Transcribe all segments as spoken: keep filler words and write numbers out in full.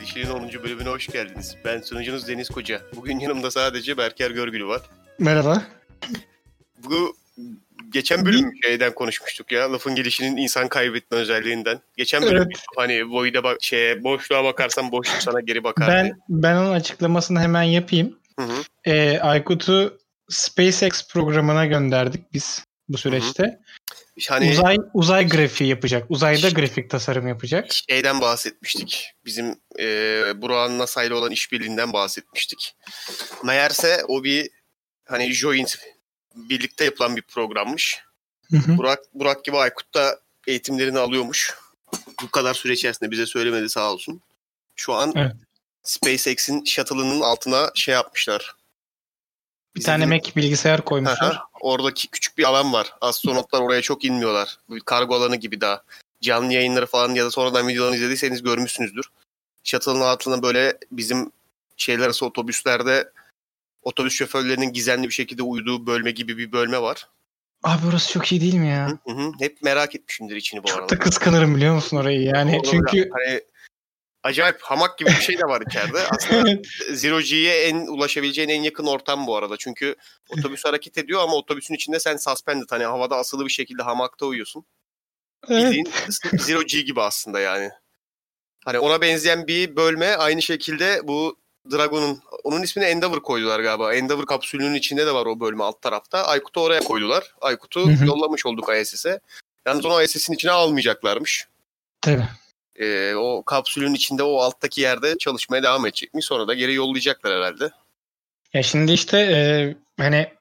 Gelişi'nin onuncu bölümüne hoş geldiniz. Ben sunucunuz Deniz Koca. Bugün yanımda sadece Berker Görgülü var. Merhaba. Bu geçen bölüm şeyden konuşmuştuk ya. Lafın gelişinin insan kaybetme özelliğinden. Geçen bölüm Evet. hani boyda bak şeye boşluğa bakarsan boşluk sana geri bakar Ben diye. ben onun açıklamasını hemen yapayım. Hı hı. Ee, Aykut'u SpaceX programına gönderdik biz bu süreçte. Hı hı. Hani uzay uzay grafiği yapacak. Uzayda grafik tasarım yapacak. Şeyden bahsetmiştik. Bizim e, Burak'ın NASA ile olan işbirliğinden bahsetmiştik. Meğerse o bir hani joint birlikte yapılan bir programmış. Hı hı. Burak Burak gibi Aykut da eğitimlerini alıyormuş. Bu kadar süre içerisinde bize söylemedi sağ olsun. Şu an evet. SpaceX'in shuttle'ının altına şey yapmışlar. Bir tane Mac bilgisayar koymuşlar. Aha, oradaki küçük bir alan var. Astronotlar oraya çok inmiyorlar. Bir kargo alanı gibi daha. Canlı yayınları falan ya da sonradan videolarını izlediyseniz görmüşsünüzdür. Shuttle'ın altına böyle bizim şeyler arası otobüslerde otobüs şoförlerinin gizemli bir şekilde uyuduğu bölme gibi bir bölme var. Abi orası çok iyi değil mi ya? Hı hı. Hep merak etmişimdir içini bu çok arada. Çok da kıskanırım biliyor musun orayı yani. Orada çünkü hani acayip hamak gibi bir şey de var içeride. Aslında Zero G'ye en ulaşabileceğin en yakın ortam bu arada. Çünkü otobüs hareket ediyor ama otobüsün içinde sen suspended, hani havada asılı bir şekilde hamakta uyuyorsun. Evet. Bildiğin Zero G gibi aslında yani. Hani ona benzeyen bir bölme, aynı şekilde bu Dragon'un, onun ismini Endeavour koydular galiba. Endeavour kapsülünün içinde de var o bölme alt tarafta. Aykut'u oraya koydular. Aykut'u hı hı. yollamış olduk I S S'e. Yalnız onu I S S'in içine almayacaklarmış. Tabii. Ee, o kapsülün içinde o alttaki yerde çalışmaya devam edecekmiş. Sonra da geri yollayacaklar herhalde. Ya şimdi işte e, hani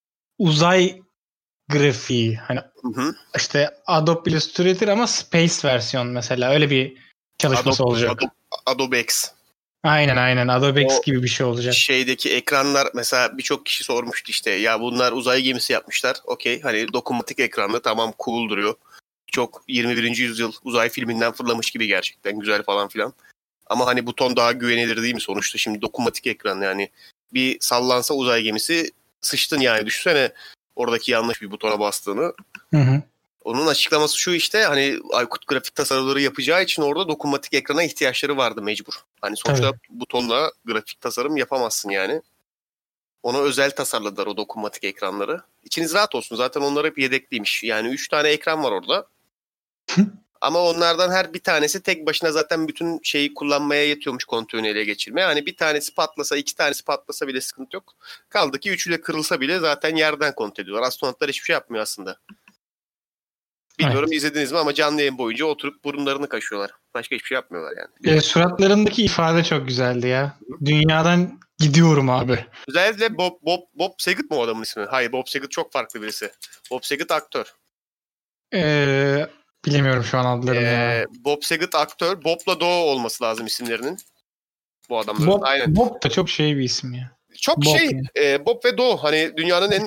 uzay grafiği hani hı hı. işte Adobe Illustrator ama Space versiyon mesela öyle bir çalışması Adobe, olacak. Adobe, Adobe X. Aynen aynen Adobe X gibi bir şey olacak. Şeydeki ekranlar mesela birçok kişi sormuştu işte ya bunlar uzay gemisi yapmışlar. Okey, hani dokunmatik ekranlı, tamam, cool duruyor. Çok yirmi birinci yüzyıl uzay filminden fırlamış gibi, gerçekten güzel falan filan. Ama hani buton daha güvenilir değil mi sonuçta? Şimdi dokunmatik ekran, yani bir sallansa uzay gemisi sıçtın yani, düşünsene oradaki yanlış bir butona bastığını. Hı hı. Onun açıklaması şu işte, hani Aykut grafik tasarımları yapacağı için orada dokunmatik ekrana ihtiyaçları vardı mecbur. Hani sonuçta tabii butonla grafik tasarım yapamazsın yani. Ona özel tasarladılar o dokunmatik ekranları. İçiniz rahat olsun, zaten onlar hep yedekliymiş. Yani üç tane ekran var orada. Ama onlardan her bir tanesi tek başına zaten bütün şeyi kullanmaya yetiyormuş, kontrolünü ele geçirmeye. Hani bir tanesi patlasa, iki tanesi patlasa bile sıkıntı yok. Kaldı ki üçü de kırılsa bile zaten yerden kontrol ediyorlar. Astronotlar hiçbir şey yapmıyor aslında. Bilmiyorum evet. izlediniz mi ama canlı yayın boyunca oturup burunlarını kaşıyorlar. Başka hiçbir şey yapmıyorlar yani. E, suratlarındaki ifade çok güzeldi ya. Dünyadan gidiyorum abi. Özellikle Bob, Bob, Bob Saget mi o adamın ismi? Hayır, Bob Saget çok farklı birisi. Bob Saget aktör. Eee... Bilemiyorum şu an adlarını ee, ya. Bob Saget aktör. Bob'la Doe olması lazım isimlerinin. Bu adamların. Bob, aynen. Bob da çok şey bir isim ya. Çok Bob şey. E, Bob ve Doe. Hani dünyanın en...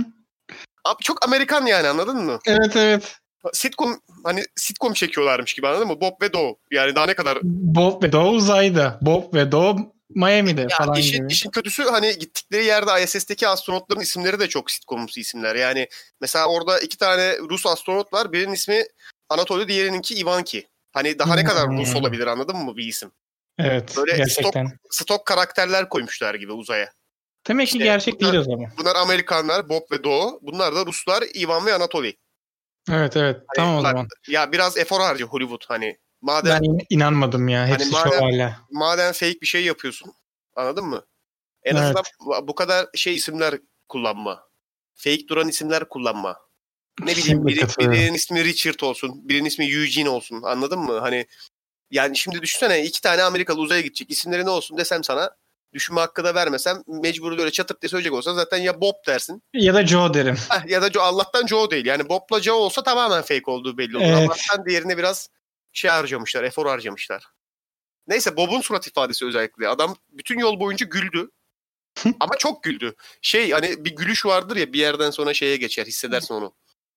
Abi çok Amerikan yani, anladın mı? Evet evet. Sitcom, hani sitcom çekiyorlarmış gibi, anladın mı? Bob ve Doe. Yani daha ne kadar... Bob ve Doe uzayda. Bob ve Doe Miami'de ya falan işin, gibi. İşin kötüsü hani gittikleri yerde I S S'teki astronotların isimleri de çok sitcomumsu isimler. Yani mesela orada iki tane Rus astronot var. Birinin ismi Anatoly, diğerininki Ivanki. Hani daha ne kadar Rus olabilir, anladın mı bir isim? Evet, böyle gerçekten. Stok, stok karakterler koymuşlar gibi uzaya. Demek işte ki gerçek bunlar, değil o zaman. Bunlar Amerikanlar, Bob ve Doe. Bunlar da Ruslar, Ivan ve Anatoly. Evet evet, hani tamam o bak, zaman. Ya biraz efor harcı Hollywood hani. Madem, ben inanmadım ya, hepsi hani madem, şövalye. Madem fake bir şey yapıyorsun, anladın mı? En evet. azından bu kadar şey isimler kullanma. Fake duran isimler kullanma. Ne bileyim, biri, birinin ismi Richard olsun, birinin ismi Eugene olsun, anladın mı? Hani yani şimdi düşünsene, iki tane Amerikalı uzaya gidecek, isimleri ne olsun desem sana, düşünme hakkı da vermesem, mecbur böyle çatıp diye söyleyecek olsa zaten ya Bob dersin. Ya da Joe derim. Heh, ya da Joe, Allah'tan Joe değil. Yani Bob'la Joe olsa tamamen fake olduğu belli olur. Evet. Allah'tan diğerine biraz şey harcamışlar, efor harcamışlar. Neyse, Bob'un surat ifadesi özellikle. Adam bütün yol boyunca güldü. Ama çok güldü. Şey, hani bir gülüş vardır ya, bir yerden sonra şeye geçer, hissedersin onu.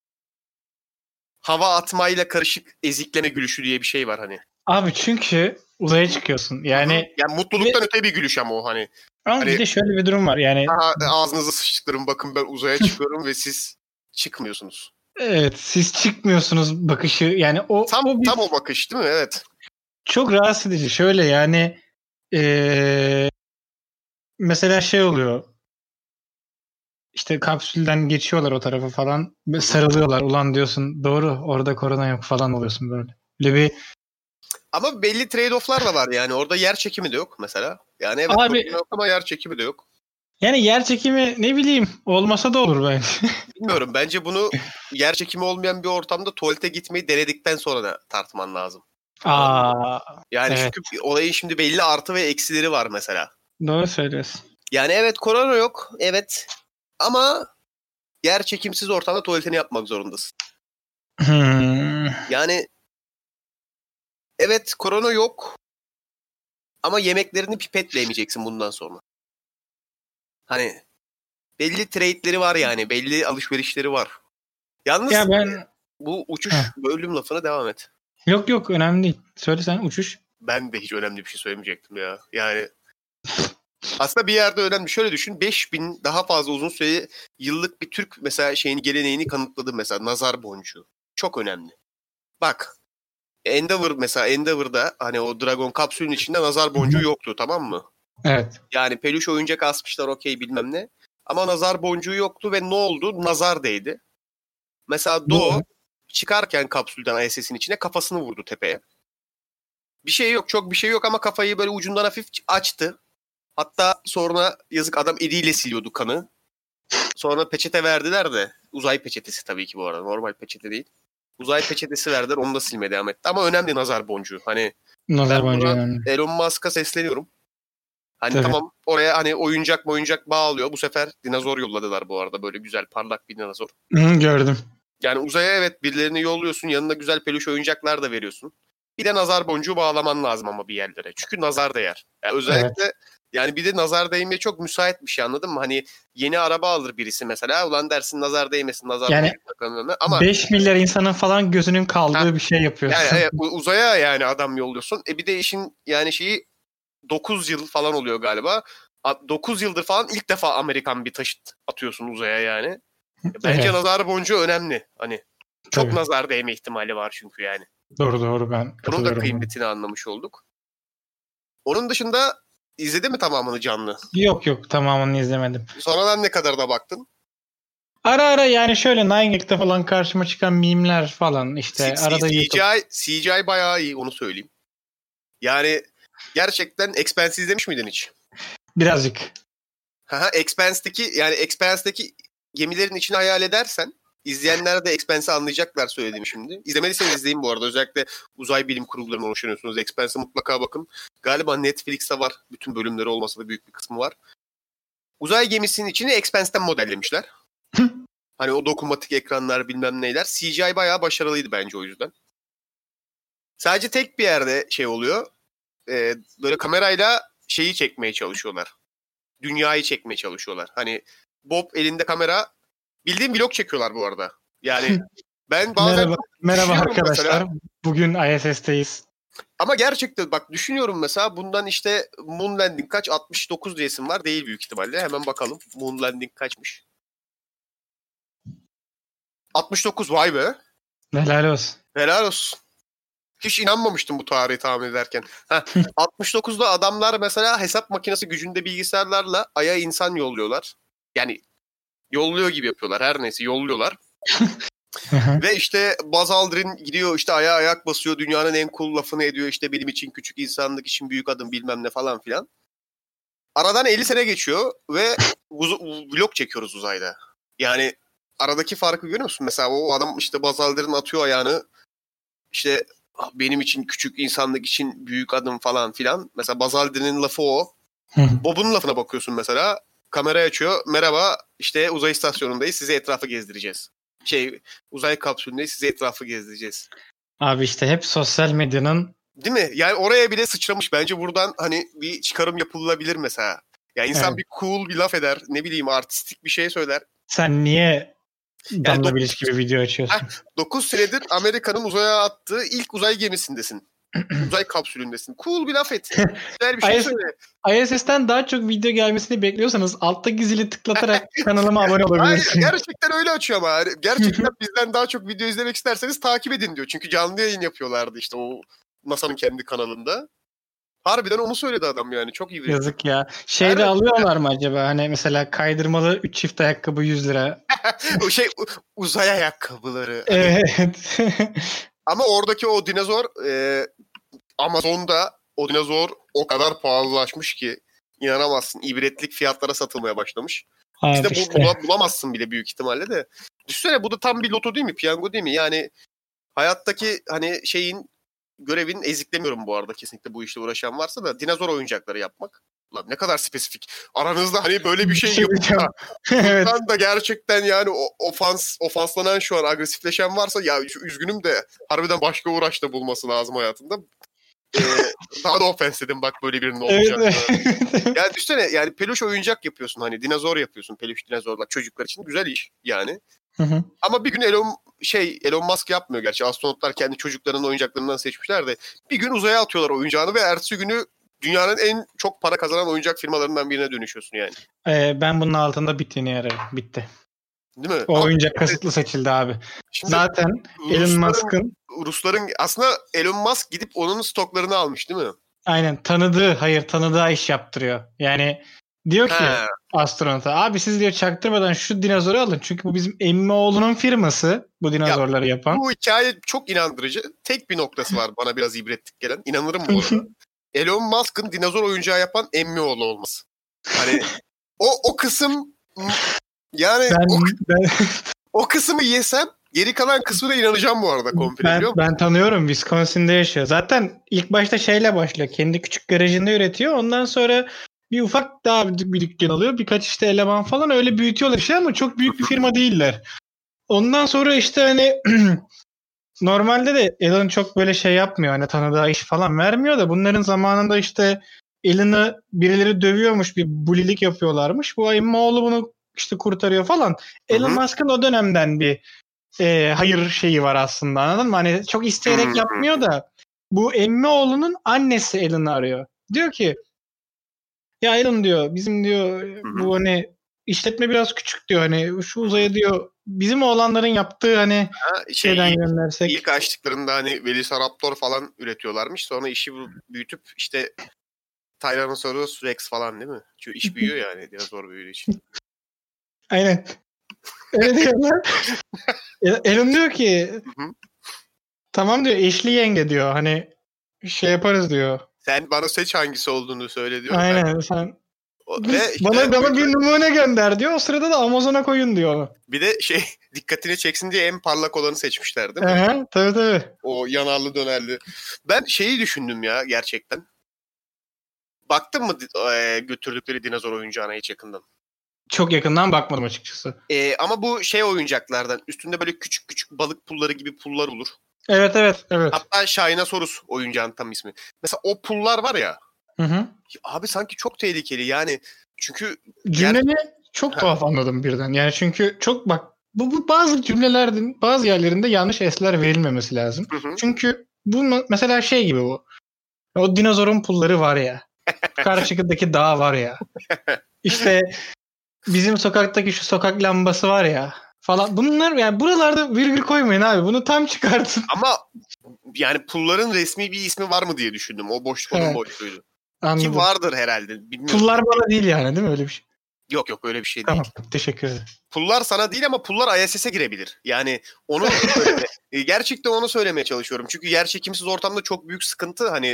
Hava atmayla karışık ezikleme gülüşü diye bir şey var hani. Abi çünkü uzaya çıkıyorsun. Yani Hı-hı. Yani mutluluktan ve... öte bir gülüş ama o hani. Ama hani, bir de şöyle bir durum var. Yani aha, ağzınızı sıçtırın, bakın ben uzaya çıkıyorum ve siz çıkmıyorsunuz. Evet, siz çıkmıyorsunuz bakışı. Yani o tam o bir... tam o bakış değil mi? Evet. Çok rahatsız edici. Şöyle yani ee, mesela şey oluyor. İşte kapsülden geçiyorlar o tarafa falan. Sarılıyorlar. Ulan diyorsun doğru orada korona yok falan oluyorsun böyle. Böyle bir... Ama belli trade-off'lar da var yani. Orada yer çekimi de yok mesela. Yani evet Abi, korona yok ama yer çekimi de yok. Yani yer çekimi ne bileyim olmasa da olur bence. Bilmiyorum. Bence bunu yer çekimi olmayan bir ortamda tuvalete gitmeyi denedikten sonra da tartman lazım. Aa, yani evet. çünkü olayın şimdi belli artı ve eksileri var mesela. Doğru söylüyorsun. Yani evet korona yok. Evet. Ama yer çekimsiz ortamda tuvaletini yapmak zorundasın. Hmm. Yani evet korona yok. Ama yemeklerini pipetle yemeyeceksin bundan sonra. Hani belli trade'leri var yani. Belli alışverişleri var. Yalnız Ya ben... bu uçuş Heh. bölüm lafına devam et. Yok yok önemli değil. Söyle sen uçuş. Ben de hiç önemli bir şey söylemeyecektim ya. Yani aslında bir yerde önemli. Şöyle düşün. beş bin daha fazla uzun süre yıllık bir Türk mesela şeyin geleneğini kanıtladı mesela nazar boncuğu. Çok önemli. Bak Endeavor mesela Endeavor'da hani o Dragon kapsülün içinde nazar boncuğu yoktu tamam mı? Evet. Yani peluş oyuncak asmışlar okey bilmem ne. Ama nazar boncuğu yoktu ve ne oldu? Nazar değdi. Mesela Doğu çıkarken kapsülden I S S'in içine kafasını vurdu tepeye. Bir şey yok çok bir şey yok ama kafayı böyle ucundan hafif açtı. Hatta sonra yazık adam eliyle siliyordu kanı. Sonra peçete verdiler de uzay peçetesi tabii ki bu arada normal peçete değil. Uzay peçetesi verdiler onu da silmeye devam etti. Ama önemli nazar boncuğu. Hani Nazar ben boncuğu buradan önemli. Elon Musk'a sesleniyorum. Hani Tabii. tamam oraya hani oyuncak oyuncak bağlıyor. Bu sefer dinozor yolladılar bu arada. Böyle güzel parlak bir dinozor. Hı, gördüm. Yani uzaya evet birilerini yolluyorsun. Yanına güzel peluş oyuncaklar da veriyorsun. Bir de nazar boncuğu bağlaman lazım ama bir yerlere. Çünkü nazar değer. Yani özellikle evet. Yani bir de nazar değmeye çok müsait bir şey anladın mı? Hani yeni araba alır birisi mesela. Ulan dersin nazar değmesin nazar yani, boncuğu takalım. Ama beş milyar insanın falan gözünün kaldığı ha, bir şey yapıyorsun. Yani evet, uzaya yani adam yolluyorsun. E bir de işin yani şeyi dokuz yıl falan oluyor galiba. dokuz yıldır falan ilk defa Amerikan bir taşıt atıyorsun uzaya yani. Bence evet. Nazar boncuğu önemli. Hani çok Tabii. nazar değme ihtimali var çünkü yani. Doğru doğru ben Bunun da kıymetini bana. anlamış olduk. Onun dışında izledi mi tamamını canlı? Yok yok tamamını izlemedim. Sonradan ne kadar da baktın? Ara ara yani şöyle Nine Gag'de falan karşıma çıkan mimler falan işte C- arada C- YouTube. C G I, C G I bayağı iyi onu söyleyeyim. Yani gerçekten Expanse izlemiş miydin hiç? Birazcık. Haha Expanse'deki yani Expanse'deki gemilerin içini hayal edersen izleyenler de Expanse'i anlayacaklar söylediğim şimdi. İzlemediyseniz izleyin bu arada. Özellikle uzay bilim kurullarına hoşlanıyorsunuz. Expanse'e mutlaka bakın. Galiba Netflix'te var. Bütün bölümleri olmasa da büyük bir kısmı var. Uzay gemisinin içini Expanse'ten modellemişler. Hani o dokunmatik ekranlar bilmem neyler. C G I bayağı başarılıydı bence o yüzden. Sadece tek bir yerde şey oluyor. Ee, böyle kamerayla şeyi çekmeye çalışıyorlar. Dünyayı çekmeye çalışıyorlar. Hani Bob elinde kamera bildiğin vlog çekiyorlar bu arada. Yani ben bazen merhaba, merhaba arkadaşlar. Mesela, bugün I S S'teyiz. Ama gerçekten bak düşünüyorum mesela bundan işte Moon Landing kaç? altmış dokuz diyesim var. Değil büyük ihtimalle. Hemen bakalım. Moon Landing kaçmış? altmış dokuz vay be. Helal olsun. Helal olsun. Hiç inanmamıştım bu tarihi tahmin ederken. Heh, altmış dokuzda adamlar mesela hesap makinesi gücünde bilgisayarlarla Ay'a insan yolluyorlar. Yani yolluyor gibi yapıyorlar. Her neyse yolluyorlar. Ve işte Buzz Aldrin gidiyor işte ayağa ayak basıyor. Dünyanın en cool lafını ediyor. İşte benim için küçük insanlık için büyük adım bilmem ne falan filan. Aradan elli sene geçiyor ve vlog çekiyoruz uzayda. Yani aradaki farkı görüyor musun? Mesela o adam işte Buzz Aldrin atıyor ayağını. İşte benim için küçük insanlık için büyük adım falan filan. Mesela Buzz Aldrin'in lafı o. Bob'un lafına bakıyorsun mesela. Kamerayı açıyor. Merhaba işte uzay istasyonundayız. Size etrafı gezdireceğiz. Şey uzay kapsülündeyiz. Size etrafı gezdireceğiz. Abi işte hep sosyal medyanın. Değil mi? Yani oraya bile sıçramış. Bence buradan hani bir çıkarım yapılabilir mesela. Yani insan evet. bir cool bir laf eder. Ne bileyim artistik bir şey söyler. Sen niye Damla yani Bilic gibi video açıyorsun? dokuz senedir Amerika'nın uzaya attığı ilk uzay gemisindesin. Uzay kapsülündesin. Cool bir laf et. Güzel bir şey söyle. I S S'ten daha çok video gelmesini bekliyorsanız alttaki zili tıklatarak kanalıma abone olabilirsiniz. Hayır, gerçekten öyle açıyor ama. Gerçekten bizden daha çok video izlemek isterseniz takip edin diyor. Çünkü canlı yayın yapıyorlardı işte o NASA'nın kendi kanalında. Harbiden onu söyledi adam yani. Çok iyi bir. Yazık ya. Şeyde Evet. alıyorlar mı acaba? Hani mesela kaydırmalı üç çift ayakkabı yüz lira. O şey uzay ayakkabıları. Evet. Ama oradaki o dinozor e, Amazon'da o dinozor o kadar pahalılaşmış ki inanamazsın. İbretlik fiyatlara satılmaya başlamış. Abi İşte bu işte. bula- bulamazsın bile büyük ihtimalle de. Düşünsene bu da tam bir loto değil mi? Piyango değil mi? Yani hayattaki hani şeyin görevin eziklemiyorum bu arada kesinlikle bu işle uğraşan varsa da dinozor oyuncakları yapmak. Lan ne kadar spesifik. Aranızda hani böyle bir şey yok diyeceğim. da Evet. buradan da gerçekten yani o ofans ofanslanan şu an agresifleşen varsa ya şu üzgünüm de harbiden başka uğraş da bulması lazım hayatında. Ee, daha da ofens dedim bak böyle birinin Evet. olacak. evet. Yani düşünsene yani peluş oyuncak yapıyorsun hani dinozor yapıyorsun peluş dinozorlar çocuklar için güzel iş yani. Hı hı. Ama bir gün Elon şey Elon Musk yapmıyor gerçi astronotlar kendi çocuklarının oyuncaklarından seçmişler de bir gün uzaya atıyorlar oyuncağını ve ertesi günü dünyanın en çok para kazanan oyuncak firmalarından birine dönüşüyorsun yani. Ee, ben bunun altında bittiğini yararım. Bitti. Değil mi? O Ama oyuncak kasıtlı seçildi abi. şimdi Zaten Elon Rusların, Musk'ın Rusların aslında Elon Musk gidip onun stoklarını almış değil mi? aynen tanıdığı, hayır tanıdığı iş yaptırıyor. Yani diyor ki He. astronota abi siz diyor çaktırmadan şu dinozoru alın. Çünkü bu bizim emmi oğlunun firması bu dinozorları yapan. Bu hikaye çok inandırıcı. Tek bir noktası var bana biraz ibretlik gelen. İnanırım bu arada. Elon Musk'ın dinozor oyuncağı yapan emmi oğlu olması. Hani o o kısım yani ben, o, ben, o kısmı yesem geri kalan kısmına inanacağım bu arada komple biliyor ben, musun? ben tanıyorum. Wisconsin'de yaşıyor. Zaten ilk başta şeyle başlıyor. Kendi küçük garajında üretiyor. Ondan sonra bir ufak daha bir, bir dükkan alıyor. Birkaç işte eleman falan öyle büyütüyorlar işte ama çok büyük bir firma değiller. Ondan sonra işte hani normalde de Elon çok böyle şey yapmıyor. Hani tanıdığı iş falan vermiyor da bunların zamanında işte Elon'ı birileri dövüyormuş, bir bulilik yapıyorlarmış. Bu emmoğlu bunu işte kurtarıyor falan. Hı Elon hı. Musk'ın o dönemden bir e, hayır şeyi var aslında, anladın mı? Hani çok isteyerek Hı hı. yapmıyor da bu Emmioğlu'nun annesi Elon'ı arıyor. Diyor ki ya Elon diyor bizim diyor Hı hı. bu hani işletme biraz küçük diyor hani şu uzaya diyor bizim oğlanların yaptığı hani Ha, şey şeyden ilk, göndersek. ilk açtıklarında hani Velociraptor falan üretiyorlarmış. Sonra işi büyütüp işte Tyrannosaurus Rex falan değil mi? Çünkü iş büyüyor yani dinozor büyüdüğü için. Aynen. Öyle diyorlar. E- Elon diyor ki Hı hı. tamam diyor eşli yenge diyor hani şey yaparız diyor. Sen bana seç hangisi olduğunu söyle diyor. Ben, Aynen sen o- ve işte bana o bana bir yüzden numune gönder diyor. O sırada da Amazon'a koyun diyor onu. bir de şey dikkatini çeksin diye en parlak olanı seçmişler değil mi? Aha, tabii tabii. O yanarlı dönerli. Ben şeyi düşündüm ya gerçekten. Baktın mı e, götürdükleri dinozor oyuncağına hiç yakından? Çok yakından bakmadım açıkçası. E, ama bu şey oyuncaklardan üstünde böyle küçük küçük balık pulları gibi pullar olur. Evet evet evet. Hatta Shinosaurus oyuncağın tam ismi. Mesela o pullar var ya Hı hı. abi sanki çok tehlikeli yani çünkü ger Cümleni çok ha, tuhaf anladım birden. Yani çünkü çok bak bu, bu bazı cümlelerin bazı yerlerinde yanlış esler verilmemesi lazım. hı hı. Çünkü bu mesela şey gibi bu. O dinozorun pulları var ya. Karşıdaki dağ var ya. İşte bizim sokaktaki şu sokak lambası var ya falan. Bunlar yani buralarda virgül koymayın abi. Bunu tam çıkartın. Ama yani pulların resmi bir ismi var mı diye düşündüm. O boşluk onun Evet, boşluğuydu. Ki anladım. vardır herhalde. Bilmiyorum. Pullar bana değil yani değil mi öyle bir şey? Yok yok öyle bir şey Tamam. değil. Teşekkür ederim. Pullar sana değil ama pullar I S S'e girebilir. Yani onu söyleme. E, gerçekten onu söylemeye çalışıyorum. Çünkü yerçekimsiz ortamda çok büyük sıkıntı hani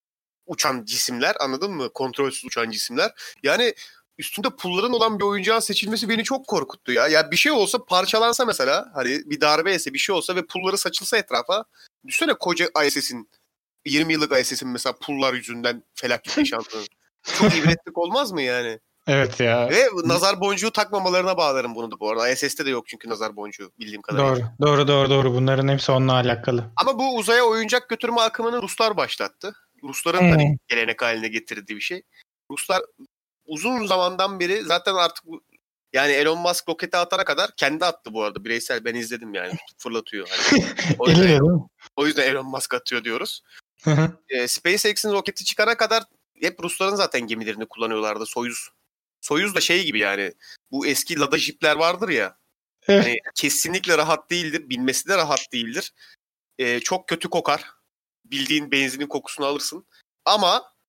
uçan cisimler anladın mı? Kontrolsüz uçan cisimler. Yani üstünde pulların olan bir oyuncağın seçilmesi beni çok korkuttu ya. Ya bir şey olsa parçalansa mesela hani bir darbe yese bir şey olsa ve pulları saçılsa etrafa. Düşünsene koca I S S'in yirmi yıllık I S S'in mesela pullar yüzünden felaket yaşandığını. Çok ibretlik olmaz mı yani? Evet ya. Ve nazar boncuğu takmamalarına bağlarım bunu da bu arada. I S S'te de yok çünkü nazar boncuğu bildiğim kadarıyla. Doğru. Doğru doğru doğru. Bunların hepsi onunla alakalı. Ama bu uzaya oyuncak götürme akımını Ruslar başlattı. Rusların Hmm. hani gelenek haline getirdiği bir şey. Ruslar uzun zamandan beri zaten artık bu yani Elon Musk roketi atana kadar kendi attı bu arada. Bireysel ben izledim yani fırlatıyor. Hani. O, Eliyle yüzden, değil mi? o yüzden Elon Musk atıyor diyoruz. Hı hı. e, SpaceX'in roketi çıkana kadar hep Rusların zaten gemilerini kullanıyorlardı. Soyuz. Soyuz da şey gibi yani bu eski Lada jipler vardır ya. Hani kesinlikle rahat değildir. Binmesi de rahat değildir. E, çok kötü kokar. Bildiğin benzinin kokusunu alırsın. Ama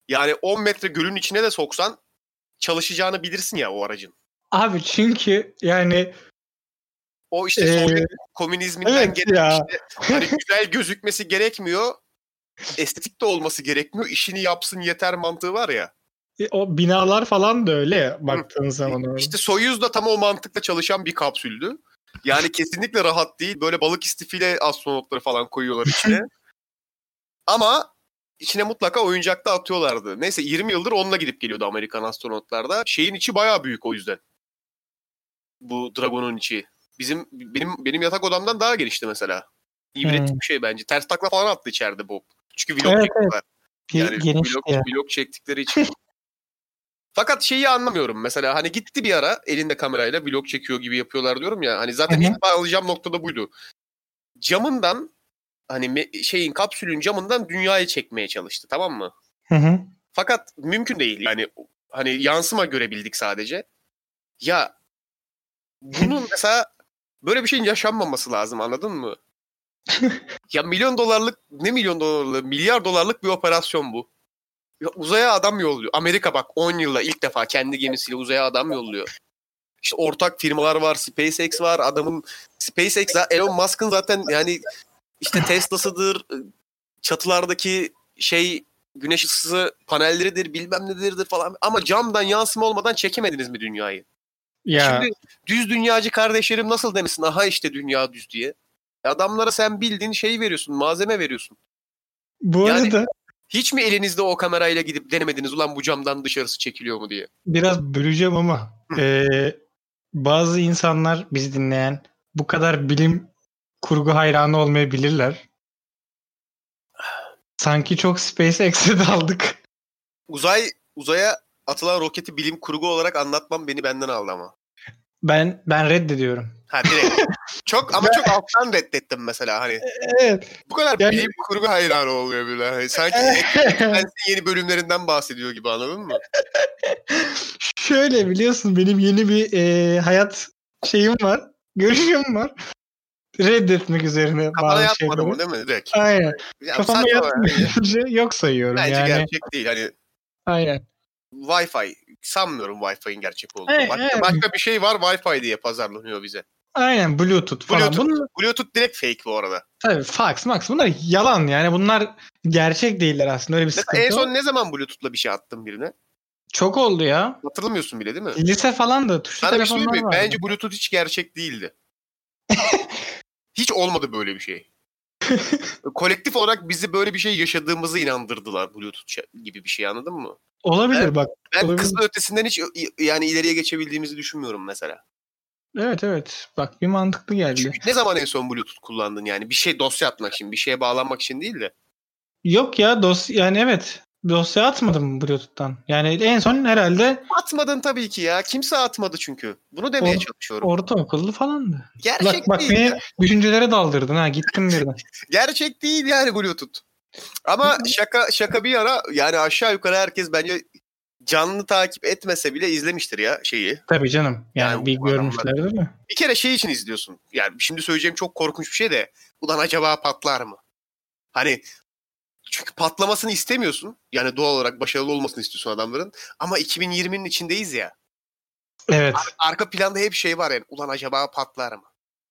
Yani on metre gölün içine de soksan çalışacağını bilirsin ya o aracın. Abi çünkü yani o işte ee, Sovyet komünizminden evet gelen ya. işte hani güzel gözükmesi gerekmiyor. Estetik de olması gerekmiyor. İşini yapsın yeter mantığı var ya. O binalar falan da öyle baktığın zaman orada. İşte Soyuz da tam o mantıkla çalışan bir kapsüldü. Yani kesinlikle rahat değil. Böyle balık istifiyle astronotları falan koyuyorlar içine. Ama içine mutlaka oyuncak da atıyorlardı. Neyse yirmi yıldır onunla gidip geliyordu Amerikan astronotlarda. Şeyin içi bayağı büyük o yüzden. Bu Dragon'un içi. Bizim benim benim yatak odamdan daha genişti mesela. İbretlik hmm. bir şey bence. Ters takla falan attı içeride Bob. Çünkü vlog evet, çekiyorlar. Evet. Yani Genişti vlog, ya. vlog çektikleri için. Fakat şeyi anlamıyorum. Mesela hani gitti bir ara elinde kamerayla vlog çekiyor gibi yapıyorlar diyorum ya. Hani zaten Hı-hı. ilk bağlayacağım noktada buydu. Camından hani şeyin kapsülün camından dünyayı çekmeye çalıştı, tamam mı? Hı hı. Fakat mümkün değil. Yani hani yansıma görebildik sadece. Ya bunun mesela böyle bir şeyin yaşanmaması lazım, anladın mı? Ya milyon dolarlık ne milyon dolarlık milyar dolarlık bir operasyon bu. Ya uzaya adam yolluyor. Amerika bak on yılda ilk defa kendi gemisiyle uzaya adam yolluyor. İşte ortak firmalar var, SpaceX var. Adamın SpaceX Elon Musk'ın zaten yani işte Tesla'sıdır, çatılardaki şey güneş ısısı panelleridir, bilmem nedirdir falan. Ama camdan yansıma olmadan çekemediniz mi dünyayı? Ya. Şimdi düz dünyacı kardeşlerim nasıl demesin? Aha işte dünya düz diye. Adamlara sen bildiğin şeyi veriyorsun, malzeme veriyorsun. Bu yani, arada hiç mi elinizde o kamerayla gidip denemediniz ulan bu camdan dışarısı çekiliyor mu diye? Biraz böleceğim ama e, bazı insanlar bizi dinleyen bu kadar bilim kurgu hayranı olmayabilirler. Sanki çok SpaceX'e daldık. Uzay uzaya atılan roketi bilim kurgu olarak anlatmam beni benden aldı ama. Ben ben reddediyorum. Ha direkt. Çok ama çok alttan reddettim mesela hani. Evet. Bu kadar yani, bilim kurgu hayranı oluyor bile. Hani sanki Expanse'in yeni bölümlerinden bahsediyor gibi, anladın mı? Şöyle biliyorsun benim yeni bir e, hayat şeyim var. Görüşüm var. Reddetmek üzerine kafana bazı yatmadı şeyleri. mı değil mi direkt? Aynen. Ya, kafama yatmayınca yani. Yok sayıyorum Bence yani. gerçek değil hani. Aynen. Wi-Fi. Sanmıyorum Wi-Fi'nin gerçek olduğunu. Evet, başka, evet. başka bir şey var, Wi-Fi diye pazarlanıyor bize. Aynen, Bluetooth falan. Bluetooth, Bunlar, Bluetooth direkt fake bu arada. Tabii fax, max bunlar yalan yani. Bunlar gerçek değiller aslında. Öyle bir Mesela sıkıntı en son var. ne zaman Bluetooth'la bir şey attın birine? Çok oldu ya. Hatırlamıyorsun bile değil mi? Lise falan da tuşlu Sana bir şey telefonlar mi? vardı. Bence Bluetooth hiç gerçek değildi. Hiç olmadı böyle bir şey. Kolektif olarak bizi böyle bir şey yaşadığımızı inandırdılar Bluetooth gibi bir şey, anladın mı? Olabilir ben, bak. Ben olabilir. kısa ötesinden hiç yani ileriye geçebildiğimizi düşünmüyorum mesela. Evet evet. Bak bir mantıklı geldi. Çünkü ne zaman en son Bluetooth kullandın yani? Bir şey dosya atmak için, bir şeye bağlanmak için değil de. Yok ya dosya yani evet. Dosya atmadım Bluetooth'tan. Yani en son herhalde... Atmadın tabii ki ya. Kimse atmadı çünkü. Bunu demeye or- çalışıyorum. Ortaokullu falandı. Gerçek bak, bak değil beni ya. düşüncelere daldırdın ha. Gittim birden. Gerçek değil yani Bluetooth. Ama şaka şaka bir ara yani aşağı yukarı herkes bence canlı takip etmese bile izlemiştir ya şeyi. Tabii canım. Yani, Yani bir görmüşler değil mi? Bir kere şey için izliyorsun. Yani şimdi söyleyeceğim çok korkunç bir şey de. Ulan acaba patlar mı? Hani çünkü patlamasını istemiyorsun. Yani doğal olarak başarılı olmasını istiyorsun adamların. Ama iki bin yirminin içindeyiz ya. Evet. Ar- arka planda hep şey var yani. Ulan acaba patlar mı?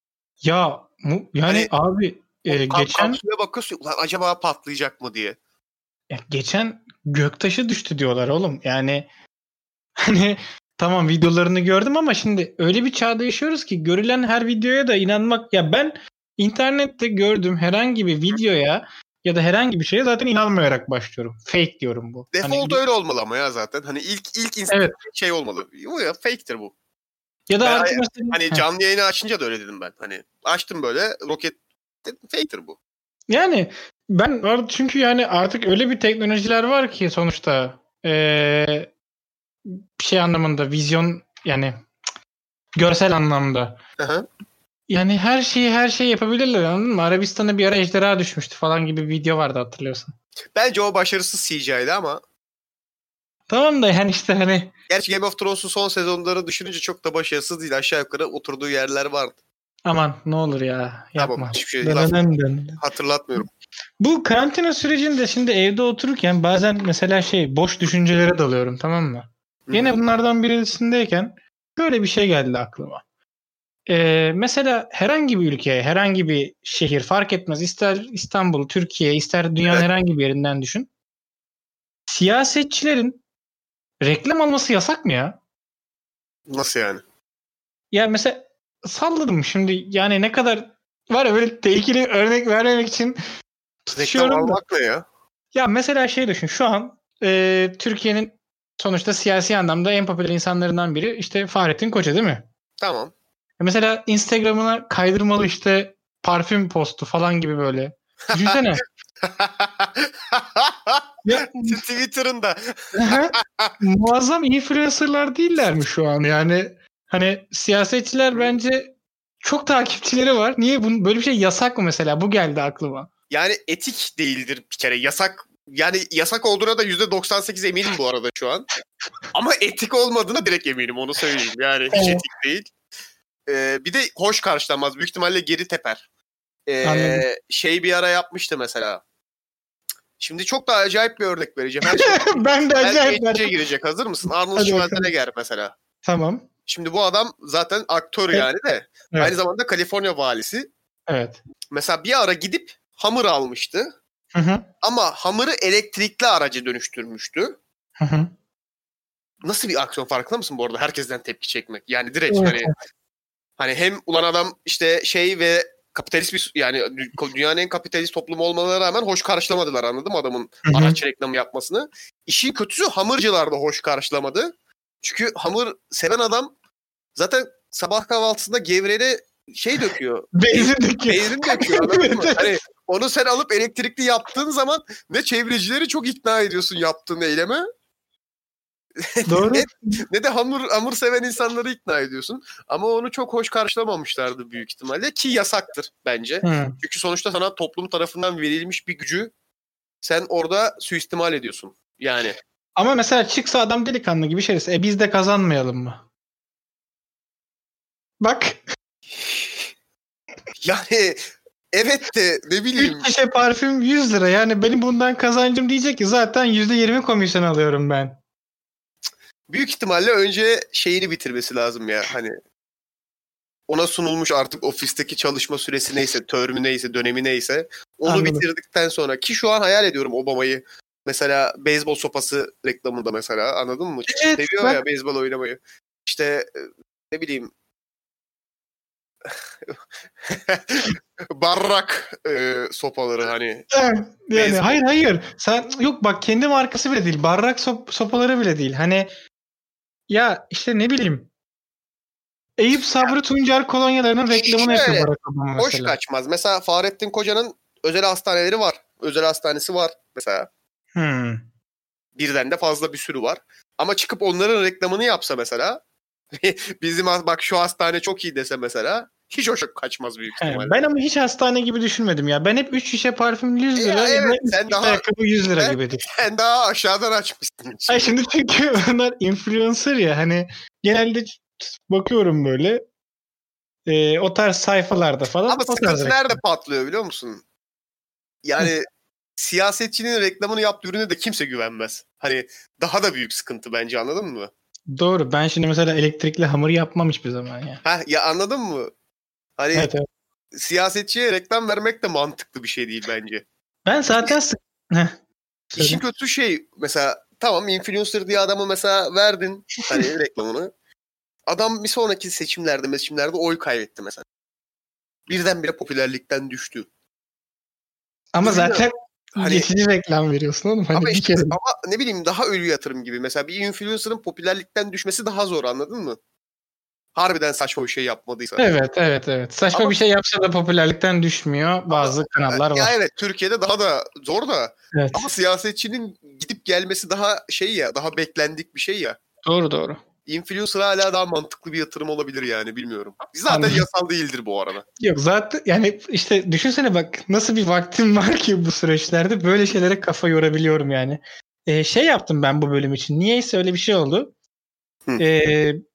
Ya mu, yani hani, abi e, kap- geçen kapsüle bakıyorsun. Ulan acaba patlayacak mı diye. Ya geçen göktaşı düştü diyorlar oğlum. Yani hani tamam videolarını gördüm ama şimdi öyle bir çağda yaşıyoruz ki görülen her videoya da inanmak, ya ben internette gördüğüm herhangi bir videoya ya da herhangi bir şeye zaten inanmayarak başlıyorum. Fake diyorum bu. Default hani, öyle olmalı ama ya zaten. Hani ilk ilk instant evet. şey olmalı. Bu ya fake'tir bu. Ya da ben artık hani, mesela hani canlı yayını açınca da öyle dedim ben. Hani açtım böyle roket fake'tir bu. Yani ben çünkü yani artık öyle bir teknolojiler var ki sonuçta ee, bir şey anlamında vizyon yani görsel anlamda. Hı-hı. Yani her şeyi her şey yapabilirler, anladın mı? Arabistan'a bir ara ejderha düşmüştü falan gibi bir video vardı, hatırlıyorsun. Bence o başarısız C G I'di ama. Tamam da yani işte hani. Gerçi Game of Thrones'un son sezonları düşününce çok da başarısız değil. Aşağı yukarı oturduğu yerler vardı. Aman ne olur ya yapma. Tamam, hiçbir şey Dön, laf dön, dön. hatırlatmıyorum. Bu karantina sürecinde şimdi evde otururken bazen mesela şey boş düşüncelere dalıyorum, tamam mı? Yine Hı-hı. bunlardan birisindeyken böyle bir şey geldi aklıma. Ee, mesela herhangi bir ülkeye, herhangi bir şehir fark etmez. İster İstanbul, Türkiye, ister dünyanın Evet. herhangi bir yerinden düşün. Siyasetçilerin reklam alması yasak mı ya? Nasıl yani? Ya mesela salladım şimdi, yani ne kadar var ya, böyle tehlikeli örnek vermemek için Reklam tutuşuyorum da. almak ne ya? Ya mesela şey düşün, şu an e, Türkiye'nin sonuçta siyasi anlamda en popüler insanlarından biri işte Fahrettin Koca, değil mi? Tamam. Mesela Instagram'ına kaydırmalı işte parfüm postu falan gibi böyle. Düşünsene. Ya, Twitter'ında. muazzam influencerlar değiller mi şu an? Yani hani siyasetçiler bence çok takipçileri var. Niye bunu, böyle bir şey yasak mı mesela? Bu geldi aklıma. Yani etik değildir bir kere. Yasak, yani yasak olduğuna da yüzde doksan sekiz eminim bu arada şu an. Ama etik olmadığına direkt eminim, onu söyleyeyim. Yani hiç Evet. etik değil. Ee, bir de hoş karşılanmaz. Büyük ihtimalle geri teper. Ee, Anladım. şey bir ara yapmıştı mesela. Şimdi çok da acayip bir örnek vereceğim. Her şey Ben de her şey acayip iç içe girecek. Hazır mısın? Arnold Hadi bakalım. Schwarzenegger mesela. Tamam. Şimdi bu adam zaten aktör Evet. yani de. Evet. Aynı zamanda Kaliforniya valisi. Evet. Mesela bir ara gidip Hummer almıştı. Hı hı. Ama Hummer'ı elektrikli araca dönüştürmüştü. Hı hı. Nasıl bir aksiyon, farkında mısın bu arada? Herkesten tepki çekmek. Yani direkt Evet. hani hani hem ulan adam işte şey ve kapitalist bir, yani dü- dünyanın en kapitalist toplumu olmalarına rağmen hoş karşılamadılar, anladın mı adamın Hı hı. araç reklamı yapmasını. İşin kötüsü Hummer'cılar da hoş karşılamadı. Çünkü Hummer seven adam zaten sabah kahvaltısında gevreğine şey döküyor. Benzin döküyor. Benzin döküyor, anladın mı? Evet. Hani onu sen alıp elektrikli yaptığın zaman ne çevrecileri çok ikna ediyorsun yaptığın eyleme, Doğru. ne, ne de hamur hamur seven insanları ikna ediyorsun. Ama onu çok hoş karşılamamışlardı büyük ihtimalle, ki yasaktır bence. Hı. Çünkü sonuçta sana toplum tarafından verilmiş bir gücü sen orada suistimal ediyorsun. Yani. Ama mesela çıksa adam delikanlı gibi şey dese, e biz de kazanmayalım mı? Bak. Yani evet de ne bileyim. Üç şişe parfüm yüz lira. Yani benim bundan kazancım diyecek ki zaten yüzde yirmi komisyon alıyorum ben. Büyük ihtimalle önce şeyini bitirmesi lazım ya. Hani ona sunulmuş artık ofisteki çalışma süresi neyse, termü neyse, dönemi neyse, onu Anladım. bitirdikten sonra, ki şu an hayal ediyorum Obama'yı mesela beyzbol sopası reklamında mesela, anladın mı? Evet, Seviyor bak. ya beyzbol oynamayı. İşte ne bileyim barrak e, sopaları hani. Yani, Beyzbol. hayır hayır. Sen yok bak, kendi markası bile değil. Barrak sop- sopaları bile değil. Hani ya işte ne bileyim. Eyüp Sabri Tuncer kolonyalarının reklamını yapıyor Şöyle Barack Obama hoş mesela. kaçmaz. Mesela Fahrettin Koca'nın özel hastaneleri var. Özel hastanesi var mesela. Hmm. Birden de fazla bir sürü var. Ama çıkıp onların reklamını yapsa mesela, bizim bak şu hastane çok iyi dese mesela, hiç hoş kaçmaz büyük He, ihtimalle. ben ama hiç hastane gibi düşünmedim ya. Ben hep üç şişe parfüm yüz lira Ya ya evet, da sen daha ayakkabı yüz lira sen, gibi düşün. sen daha aşağıdan açmışsın. Ay şimdi çünkü onlar influencer ya, hani genelde bakıyorum böyle e, o tarz sayfalarda falan Ama o tarz sıkıntı nerede reklam. patlıyor biliyor musun? Yani siyasetçinin reklamını yaptığı ürüne de kimse güvenmez. Hani daha da büyük sıkıntı bence, anladın mı? Doğru. Ben şimdi mesela elektrikli hamur yapmam hiçbir zaman ya. Heh, ya anladın mı? Hani Evet, evet. siyasetçiye reklam vermek de mantıklı bir şey değil bence. Ben zaten sık... Heh, İşin söyle. kötü şey mesela, tamam influencer diye adamı mesela verdin hani reklamını. Adam bir sonraki seçimlerde seçimlerde oy kaybetti mesela. Birdenbire popülerlikten düştü. Ama Ürünü zaten hani, geçici reklam veriyorsun oğlum. ama Hani bir işte kere. ama ne bileyim daha ölü yatırım gibi. Mesela bir influencer'ın popülerlikten düşmesi daha zor, anladın mı? Harbiden saçma bir şey yapmadıysa. Evet, evet, evet. Saçma Ama bir şey yapsa da popülerlikten düşmüyor. ama Bazı kanallar ya var. evet, Türkiye'de daha da zor da, ama Evet. siyasetçinin gidip gelmesi daha şey ya, daha beklendik bir şey ya. Doğru doğru. Influencer hala daha mantıklı bir yatırım olabilir yani, bilmiyorum. Zaten Anladım. yasal değildir bu arada. Yok zaten yani işte düşünsene bak, nasıl bir vaktim var ki bu süreçlerde böyle şeylere kafa yorabiliyorum yani. Ee, şey yaptım ben bu bölüm için. Niyeyse öyle bir şey oldu. Hı. Ee,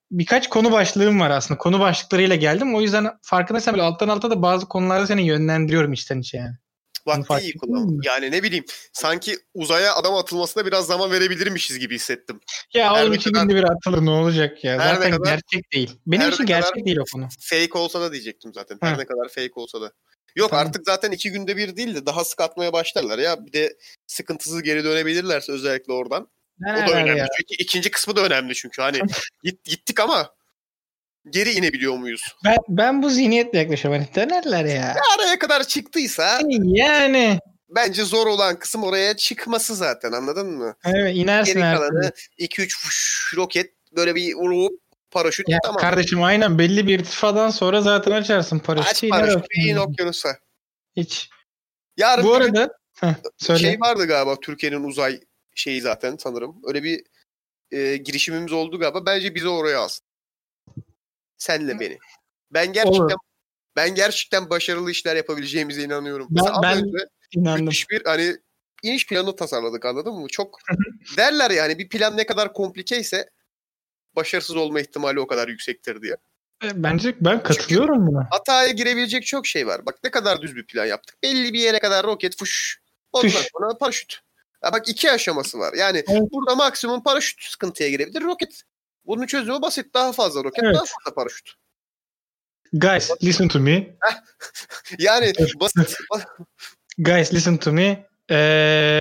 birkaç konu başlığım var aslında. Konu başlıklarıyla geldim. O yüzden farkındaysan böyle alttan alta da bazı konularda seni yönlendiriyorum içten içe yani. Vakti iyi kullan. Yani ne bileyim sanki uzaya adam atılmasına biraz zaman verebilirmişiz gibi hissettim. Ya her oğlum iki günde bir atılır ne olacak ya. Zaten kadar, gerçek değil. Benim için gerçek değil o konu. Fake olsa da diyecektim zaten. Her Hı. ne kadar fake olsa da. Yok tamam. Artık zaten iki günde bir değil de daha sık atmaya başlarlar ya. Bir de sıkıntısız geri dönebilirlerse özellikle oradan. Ne o da önemli. Ya. Çünkü ikinci kısmı da önemli çünkü. Hani gittik ama geri inebiliyor muyuz? Ben ben bu zihniyetle yaklaşıyorum. Hani dönerler ya. ya. Araya kadar çıktıysa yani bence zor olan kısım oraya çıkması zaten, anladın mı? Evet, inersin. Geri kalanı iki üç roket böyle bir vurup paraşüt ya tamam. Kardeşim aynen belli bir irtifadan sonra zaten açarsın paraşütü. Aç paraşütü in okyanusa. Hiç. Yarın bu arada heh, şey vardı galiba Türkiye'nin uzay şeyi zaten sanırım. Öyle bir e, girişimimiz oldu galiba. Bence bizi oraya alsın. Senle beni. Ben gerçekten Olur. ben gerçekten başarılı işler yapabileceğimize inanıyorum. Ben, ben inandım. Müthiş bir hani iniş planı tasarladık, anladın mı? Çok derler ya hani bir plan ne kadar komplikeyse başarısız olma ihtimali o kadar yüksektir diye. Bence ben katılıyorum Çünkü buna. Hataya girebilecek çok şey var. Bak ne kadar düz bir plan yaptık. Belli bir yere kadar roket fuş. Ondan fuş. sonra paraşüt. Ya bak iki aşaması var. Yani evet. burada maksimum paraşüt sıkıntıya girebilir. Roket. Bunun çözümü basit. Daha fazla roket, evet. daha fazla paraşüt. Guys, listen to me. yani basit. Guys, listen to me. Ee,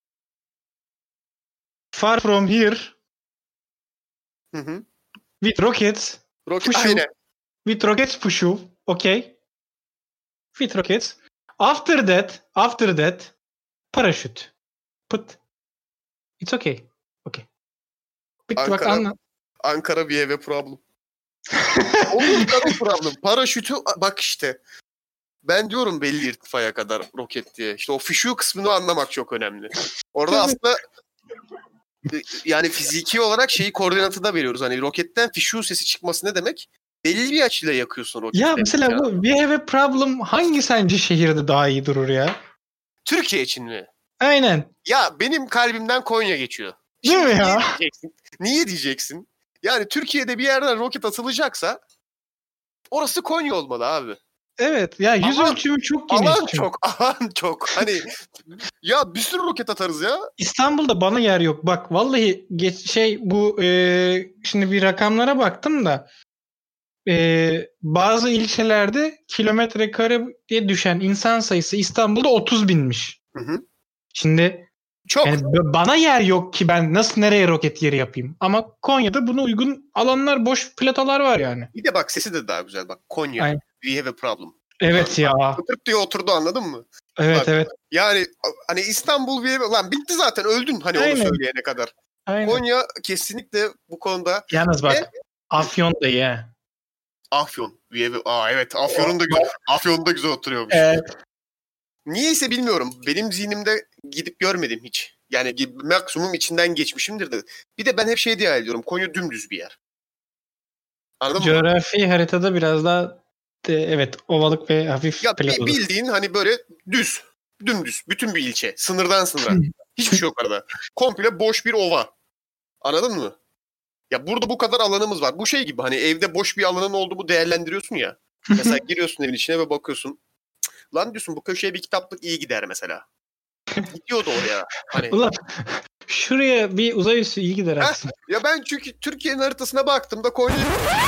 far from here. Hı hı. With rockets. Roket, aynen. With rockets push you. Okay. With rockets. After that, after that, parachute. Put. It's okay. Okay. Bitti Ankara, bak anla. Ankara bir eve problem. Olur tabii problem. Paraşütü bak işte. Ben diyorum belli irtifaya kadar roket diye. İşte o fişu kısmını anlamak çok önemli. Orada aslında yani fiziki olarak şeyi koordinatı da veriyoruz. Hani roketten fişu sesi çıkması ne demek? Belli bir açıyla yakıyorsun roketi. Ya mesela ya. bu we have a problem hangi sence şehirde daha iyi durur ya? Türkiye için mi? Aynen. Ya benim kalbimden Konya geçiyor. Değil mi ya? Niye diyeceksin? Niye diyeceksin? Yani Türkiye'de bir yerden roket atılacaksa orası Konya olmalı abi. Evet ya yüz alan, ölçümü çok geniş. Alan çok, alan çok. Hani ya bir sürü roket atarız ya. İstanbul'da bana yer yok. Bak vallahi geç, şey bu e, şimdi bir rakamlara baktım da e, bazı ilçelerde kilometre kare diye düşen insan sayısı İstanbul'da otuz binmiş. Hı hı. Şimdi çok. Yani bana yer yok ki ben nasıl nereye roket yeri yapayım. Ama Konya'da buna uygun alanlar, boş platolar var yani. Bir de bak sesi de daha güzel. Bak Konya. Aynen. We have a problem. Evet ya. Oturup diye oturdu, anladın mı? Evet bak, evet. Yani hani İstanbul we have... Lan bitti zaten, öldün hani Aynen. onu söyleyene kadar. Aynen. Konya kesinlikle bu konuda. Yalnız bak Ve... Afyon da ya. Afyon. We have... Aa evet Afyon'un da güzel. Afyon'un da güzel oturuyormuş. Evet. Niyeyse bilmiyorum. Benim zihnimde gidip görmedim hiç. Yani maksimum içinden geçmişimdir de. Bir de ben hep şey diye ediyorum. Konya dümdüz bir yer. Anladın mı? Coğrafi haritada biraz daha de, evet ovalık ve hafif ya, platodur. Bildiğin hani böyle düz. Dümdüz. Bütün bir ilçe. Sınırdan sınıra. Hiçbir şey yok arada. Komple boş bir ova. Anladın mı? Ya burada bu kadar alanımız var. Bu şey gibi hani evde boş bir alanın olduğunu değerlendiriyorsun ya. Mesela giriyorsun evin içine ve bakıyorsun. Lan diyorsun bu köşeye bir kitaplık iyi gider mesela. Gidiyordu oraya. Hani. Ulan şuraya bir uzay üssü iyi gider aslında. Ya ben çünkü Türkiye'nin haritasına baktığımda Konya...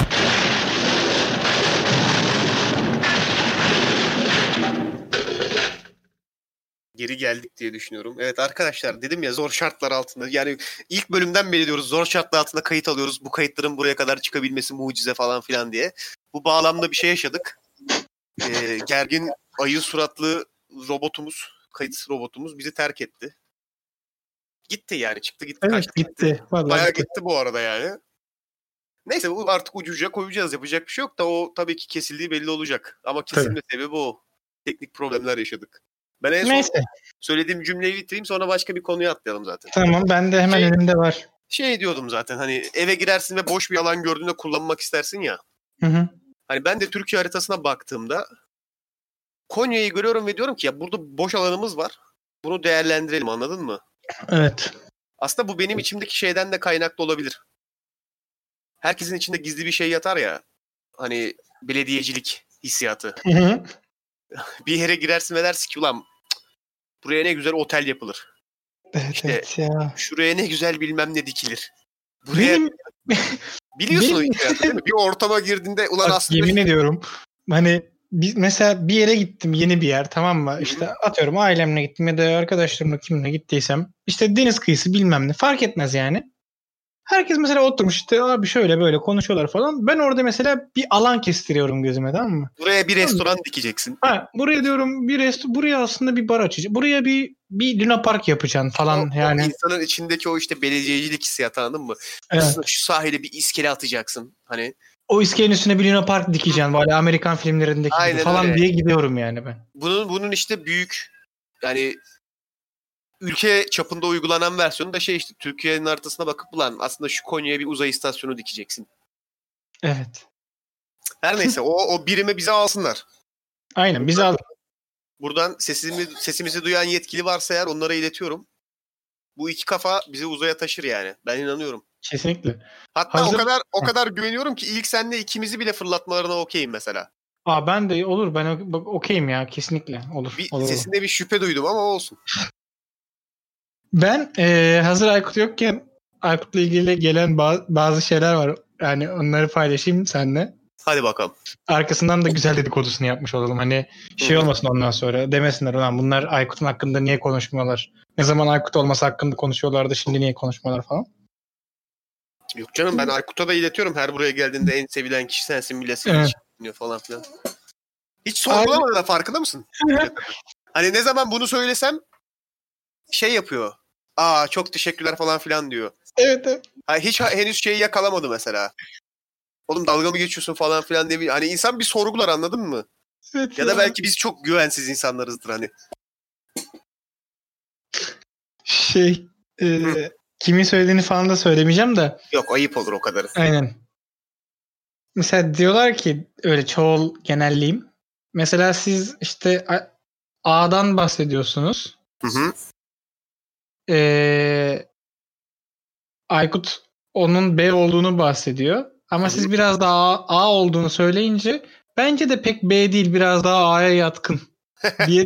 Geri geldik diye düşünüyorum. Evet arkadaşlar dedim ya zor şartlar altında. Yani ilk bölümden beri diyoruz zor şartlar altında kayıt alıyoruz. Bu kayıtların buraya kadar çıkabilmesi mucize falan filan diye. Bu bağlamda bir şey yaşadık. Ee, gergin ayı suratlı robotumuz, kayıt robotumuz bizi terk etti. Gitti yani çıktı gitti evet, kaçtı gitti. gitti. Vallahi Bayağı gitti. gitti bu arada yani. Neyse bu artık ucuca koyacağız, yapacak bir şey yok da o tabii ki kesildiği belli olacak. Ama kesilme tabii. sebebi o. Teknik problemler yaşadık. Ben en Neyse. son söylediğim cümleyi bitireyim sonra başka bir konuya atlayalım zaten. Tamam ben de hemen şey, önümde var. Şey diyordum zaten hani eve girersin ve boş bir alan gördüğünde kullanmak istersin ya. Hı hı. Hani ben de Türkiye haritasına baktığımda Konya'yı görüyorum ve diyorum ki ya burada boş alanımız var. Bunu değerlendirelim, anladın mı? Evet. Aslında bu benim içimdeki şeyden de kaynaklı olabilir. herkesin içinde gizli bir şey yatar ya. Hani belediyecilik hissiyatı. Bir yere girersin ve dersin ki ulan buraya ne güzel otel yapılır. Evet, İşte evet ya. şuraya ne güzel bilmem ne dikilir. Buraya Benim biliyorsun benim o hissiyatı değil mi? Bir ortama girdiğinde ulan bak, aslında yemin ediyorum hani bir, mesela bir yere gittim, yeni bir yer, tamam mı? Hı-hı. İşte atıyorum ailemle gittim ya da arkadaşlarımla kimle gittiysem, işte deniz kıyısı bilmem ne fark etmez yani. Herkes mesela oturmuş işte abi şöyle böyle konuşuyorlar falan. Ben orada mesela bir alan kestiriyorum gözüme, tamam mı? buraya bir Tamam mı? restoran dikeceksin. Ha, buraya diyorum bir resto, buraya aslında bir bar açacağım. Buraya bir bir Luna Park yapacaksın O, falan o yani. insanın içindeki o işte belediyecilik hissiyatı, anladın mı? Evet. Aslında şu sahile bir iskele atacaksın. Hani O iskelenin üstüne bir Luna Park dikeceksin. Böyle Amerikan filmlerindeki gibi aynen falan öyle. diye gidiyorum yani ben. Bunun bunun işte büyük, yani ülke çapında uygulanan versiyonu da şey işte Türkiye'nin haritasına bakıp ulan aslında şu Konya'ya bir uzay istasyonu dikeceksin. Evet. Her neyse o o birimi bize alsınlar. Aynen bizi al. Buradan sesimi, sesimizi duyan yetkili varsa eğer onlara iletiyorum. Bu iki kafa bizi uzaya taşır yani. Ben inanıyorum. Kesinlikle. Hatta Hazır. o kadar o kadar güveniyorum ki ilk senle ikimizi bile fırlatmalarına okeyim mesela. Aa, ben de olur. Ben o- bak, okeyim ya. Kesinlikle. Olur. Bir Olur, olur. sesinde bir şüphe duydum ama olsun. Ben eee, hazır Aykut yokken Aykut'la ilgili gelen ba- bazı şeyler var. Yani onları paylaşayım seninle. Hadi bakalım. Arkasından da güzel dedikodusunu yapmış olalım. Hani şey Hı hı. olmasın ondan sonra. Demesinler ulan bunlar Aykut'un hakkında niye konuşmuyorlar? Ne zaman Aykut olmasa hakkında konuşuyorlardı, şimdi niye konuşmuyorlar falan. Yok canım, ben Aykut'a da iletiyorum. Her buraya geldiğinde en sevilen kişi sensin, milletin Evet. dinliyor falan filan. Hiç sorgulamadı da, farkında mısın? Hani ne zaman bunu söylesem şey yapıyor. Aa çok teşekkürler falan filan diyor. Evet, evet. Hani hiç henüz şeyi yakalamadı mesela. Oğlum dalga mı geçiyorsun falan filan diye bir, hani insan bir sorgular, anladın mı? Evet Ya da ya. belki biz çok güvensiz insanlarızdır hani. Şey e, kimin söylediğini falan da söylemeyeceğim de. Yok, ayıp olur o kadarı. Aynen. Mesela diyorlar ki öyle çoğul genelleyim. Mesela siz işte A- A'dan bahsediyorsunuz. Hı hı. Ee, Aykut onun B olduğunu bahsediyor. Ama Hı hı. siz biraz daha A, A olduğunu söyleyince bence de pek B değil, biraz daha A'ya yatkın diye.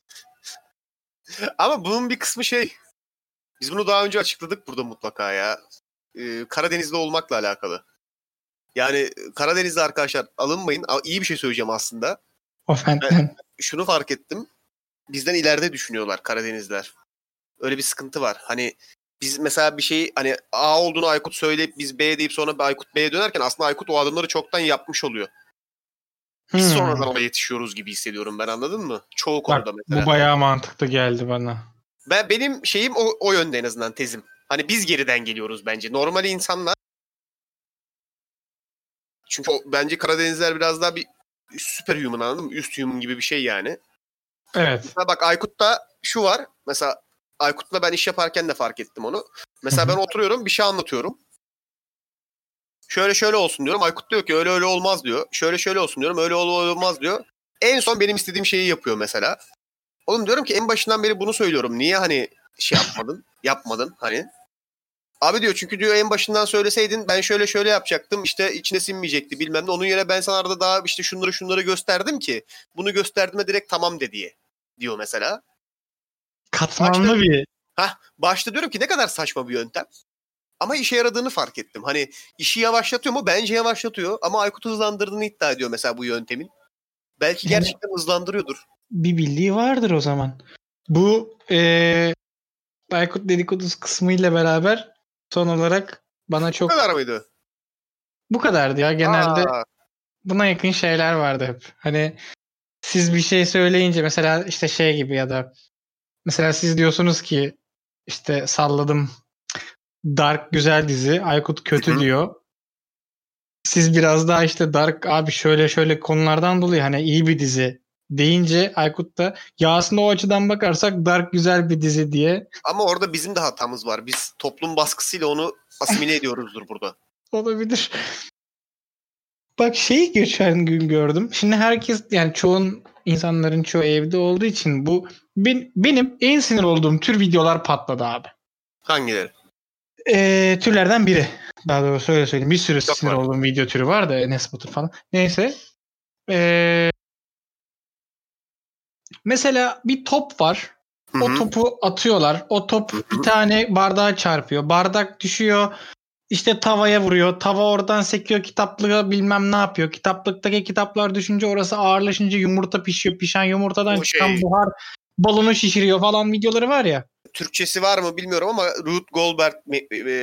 Ama bunun bir kısmı şey. Biz bunu daha önce açıkladık burada mutlaka ya. Ee, Karadeniz'de olmakla alakalı. Yani Karadeniz'de arkadaşlar alınmayın. İyi bir şey söyleyeceğim aslında. Ben Ofent'ten. şunu fark ettim. Bizden ileride düşünüyorlar Karadenizler. Öyle bir sıkıntı var. Hani biz mesela bir şeyi, hani A olduğunu Aykut söyleyip biz B deyip sonra Aykut B'ye dönerken aslında Aykut o adımları çoktan yapmış oluyor. Biz Hmm. sonradan ona yetişiyoruz gibi hissediyorum ben, anladın mı? Çoğu Bak, konuda mesela. bu bayağı mantıklı geldi bana. Ben, benim şeyim o, o yönde, en azından tezim. Hani biz geriden geliyoruz bence. Normal insanlar, çünkü o, bence Karadenizler biraz daha bir superhuman, anladın mı? Üst human gibi bir şey yani. Evet. Mesela bak Aykut'ta şu var. Mesela Aykut'la ben iş yaparken de fark ettim onu. Mesela ben oturuyorum, bir şey anlatıyorum. Şöyle şöyle olsun diyorum. Aykut diyor ki öyle öyle olmaz diyor. Şöyle şöyle olsun diyorum. Öyle öyle olmaz diyor. En son benim istediğim şeyi yapıyor mesela. Oğlum diyorum ki en başından beri bunu söylüyorum. Niye hani şey yapmadın? Yapmadın hani. Abi diyor çünkü diyor en başından söyleseydin ben şöyle şöyle yapacaktım. İşte içine sinmeyecekti bilmem ne. Onun yerine ben sana arada daha işte şunları şunları gösterdim ki bunu gösterdiğime direkt tamam de diye. Diyor mesela. Katmanlı Başta, bir. hah, başta diyorum ki ne kadar saçma bir yöntem. Ama işe yaradığını fark ettim. Hani işi yavaşlatıyor mu? Bence yavaşlatıyor. Ama Aykut'u hızlandırdığını iddia ediyor mesela bu yöntemin. Belki Yani gerçekten hızlandırıyordur. bir bildiği vardır o zaman. Bu eee Aykut dedikodusu kısmıyla beraber son olarak bana Bu çok kadar mıydı? bu kadardı ya. Genelde Aa, buna yakın şeyler vardı hep. Hani siz bir şey söyleyince mesela işte şey gibi ya da mesela siz diyorsunuz ki işte salladım Dark güzel dizi, Aykut hı kötü hı. diyor. Siz biraz daha işte Dark abi şöyle şöyle konulardan dolayı hani iyi bir dizi deyince Aykut da ya aslında o açıdan bakarsak Dark güzel bir dizi diye Ama orada bizim de hatamız var. Biz toplum baskısıyla onu asimile ediyoruzdur burada. olabilir. Bak şeyi geçen gün gördüm. Şimdi herkes yani çoğun insanların çoğu evde olduğu için bu ben, benim en sinir olduğum tür videolar patladı abi. Hangileri? Ee, türlerden biri. Daha doğrusu öyle söyleyeyim. Bir sürü Çok sinir var. olduğum video türü var da Enes Batur falan. Neyse. Ee, mesela bir top var. Hı-hı. O topu atıyorlar. O top Hı-hı. bir tane bardağa çarpıyor. Bardak düşüyor. İşte tavaya vuruyor. Tava oradan sekiyor. Kitaplığa bilmem ne yapıyor. Kitaplıktaki kitaplar düşünce orası ağırlaşınca yumurta pişiyor. Pişen yumurtadan O çıkan şey... buhar balonu şişiriyor falan videoları var ya. Türkçesi var mı bilmiyorum ama Rube Goldberg e,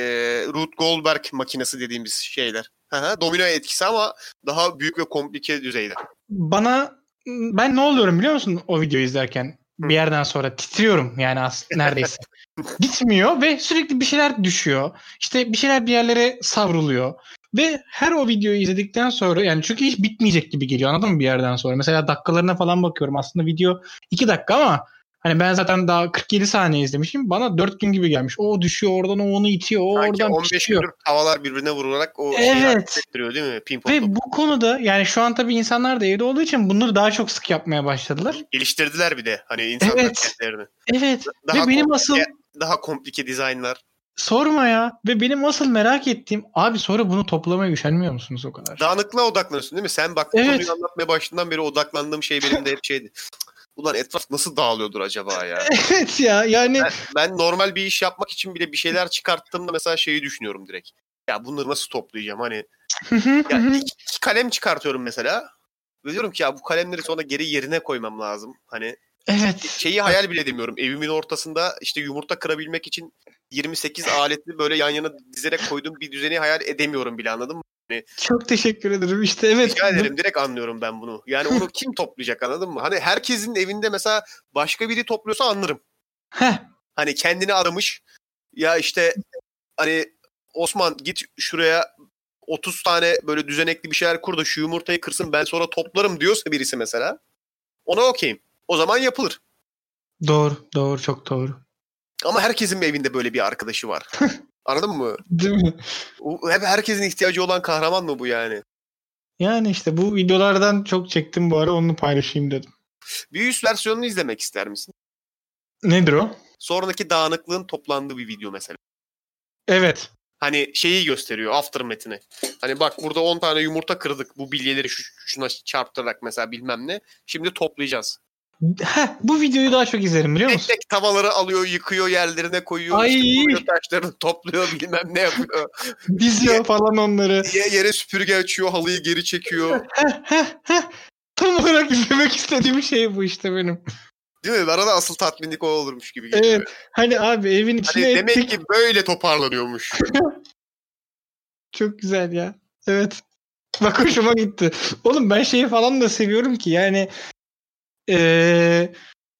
Rube Goldberg makinesi dediğimiz şeyler. Hı-hı. Domino etkisi ama daha büyük ve komplike düzeyde. Bana ben ne oluyorum biliyor musun o videoyu izlerken? Bir yerden sonra titriyorum yani aslında neredeyse. Gitmiyor ve sürekli bir şeyler düşüyor. İşte bir şeyler bir yerlere savruluyor. Ve her o videoyu izledikten sonra yani çünkü hiç bitmeyecek gibi geliyor, anladın mı bir yerden sonra? Mesela dakikalarına falan bakıyorum. Aslında video iki dakika ama hani ben zaten daha kırk yedi saniye izlemişim. Bana dört gün gibi gelmiş. O düşüyor oradan, o onu itiyor, o Sanki oradan on beş pişiyor. gündür havalar birbirine vurularak o evet. şeyi hissettiriyor değil mi? Ping pong Ve topu. bu konuda yani şu an tabii insanlar da evde olduğu için bunları daha çok sık yapmaya başladılar. Geliştirdiler bir de hani insanlar evet. kendilerini. Evet. Daha Ve benim komplike, asıl daha komplike dizaynlar. sorma ya. Ve benim asıl merak ettiğim abi sonra bunu toplamaya üşenmiyor musunuz o kadar? Dağınıklığa odaklanıyorsun değil mi? Sen bak evet. konuyu anlatmaya başladığından beri odaklandığım şey benim de hep şeydi. Ulan etraf nasıl dağılıyordur acaba ya? evet ya yani. Ben, ben normal bir iş yapmak için bile bir şeyler çıkarttığımda mesela şeyi düşünüyorum direkt. Ya bunları nasıl toplayacağım hani. ya iki, iki kalem çıkartıyorum mesela. Ve diyorum ki ya bu kalemleri sonra geri yerine koymam lazım. Hani evet. şeyi hayal bile edemiyorum. Evimin ortasında işte yumurta kırabilmek için yirmi sekiz aletli böyle yan yana dizerek koyduğum bir düzeni hayal edemiyorum bile, anladın mı? Hani, çok teşekkür ederim. İşte evet. Rica ederim. Direkt anlıyorum ben bunu. Yani onu kim toplayacak, anladın mı? Hani herkesin evinde mesela başka biri topluyorsa anlarım. Heh. Hani kendini aramış. Ya işte hani Osman git şuraya otuz tane böyle düzenekli bir şeyler kur da şu yumurtayı kırsın ben sonra toplarım diyorsa birisi mesela. Ona okeyim. O zaman yapılır. Doğru. Doğru. Çok doğru. Ama herkesin evinde böyle bir arkadaşı var. Anladın mı? Değil mi? Hep herkesin ihtiyacı olan kahraman mı bu yani? Yani işte bu videolardan çok çektim bu ara, onu paylaşayım dedim. Bir üst versiyonunu izlemek ister misin? Nedir o? Sonraki dağınıklığın toplandığı bir video mesela. Evet. Hani şeyi gösteriyor, aftermath'ini. Hani bak burada on tane yumurta kırdık bu bilyeleri şu, şuna çarptırarak mesela bilmem ne. Şimdi toplayacağız. Heh, bu videoyu daha çok izlerim biliyor musun? Tek tek tavaları alıyor, yıkıyor, yerlerine koyuyor. Ay. İşte vuruyor, taşlarını topluyor, bilmem ne yapıyor. Diziyor falan onları. Yere süpürge açıyor, halıyı geri çekiyor. Tam olarak izlemek istediğim şey bu işte benim. Değil mi? Bana da asıl tatminlik o olurmuş gibi geliyor. Evet. Hani abi evin içine hani ettik. demek ki böyle toparlanıyormuş. Çok güzel ya. Evet. Bak hoşuma gitti. Oğlum ben şeyi falan da seviyorum ki yani ee,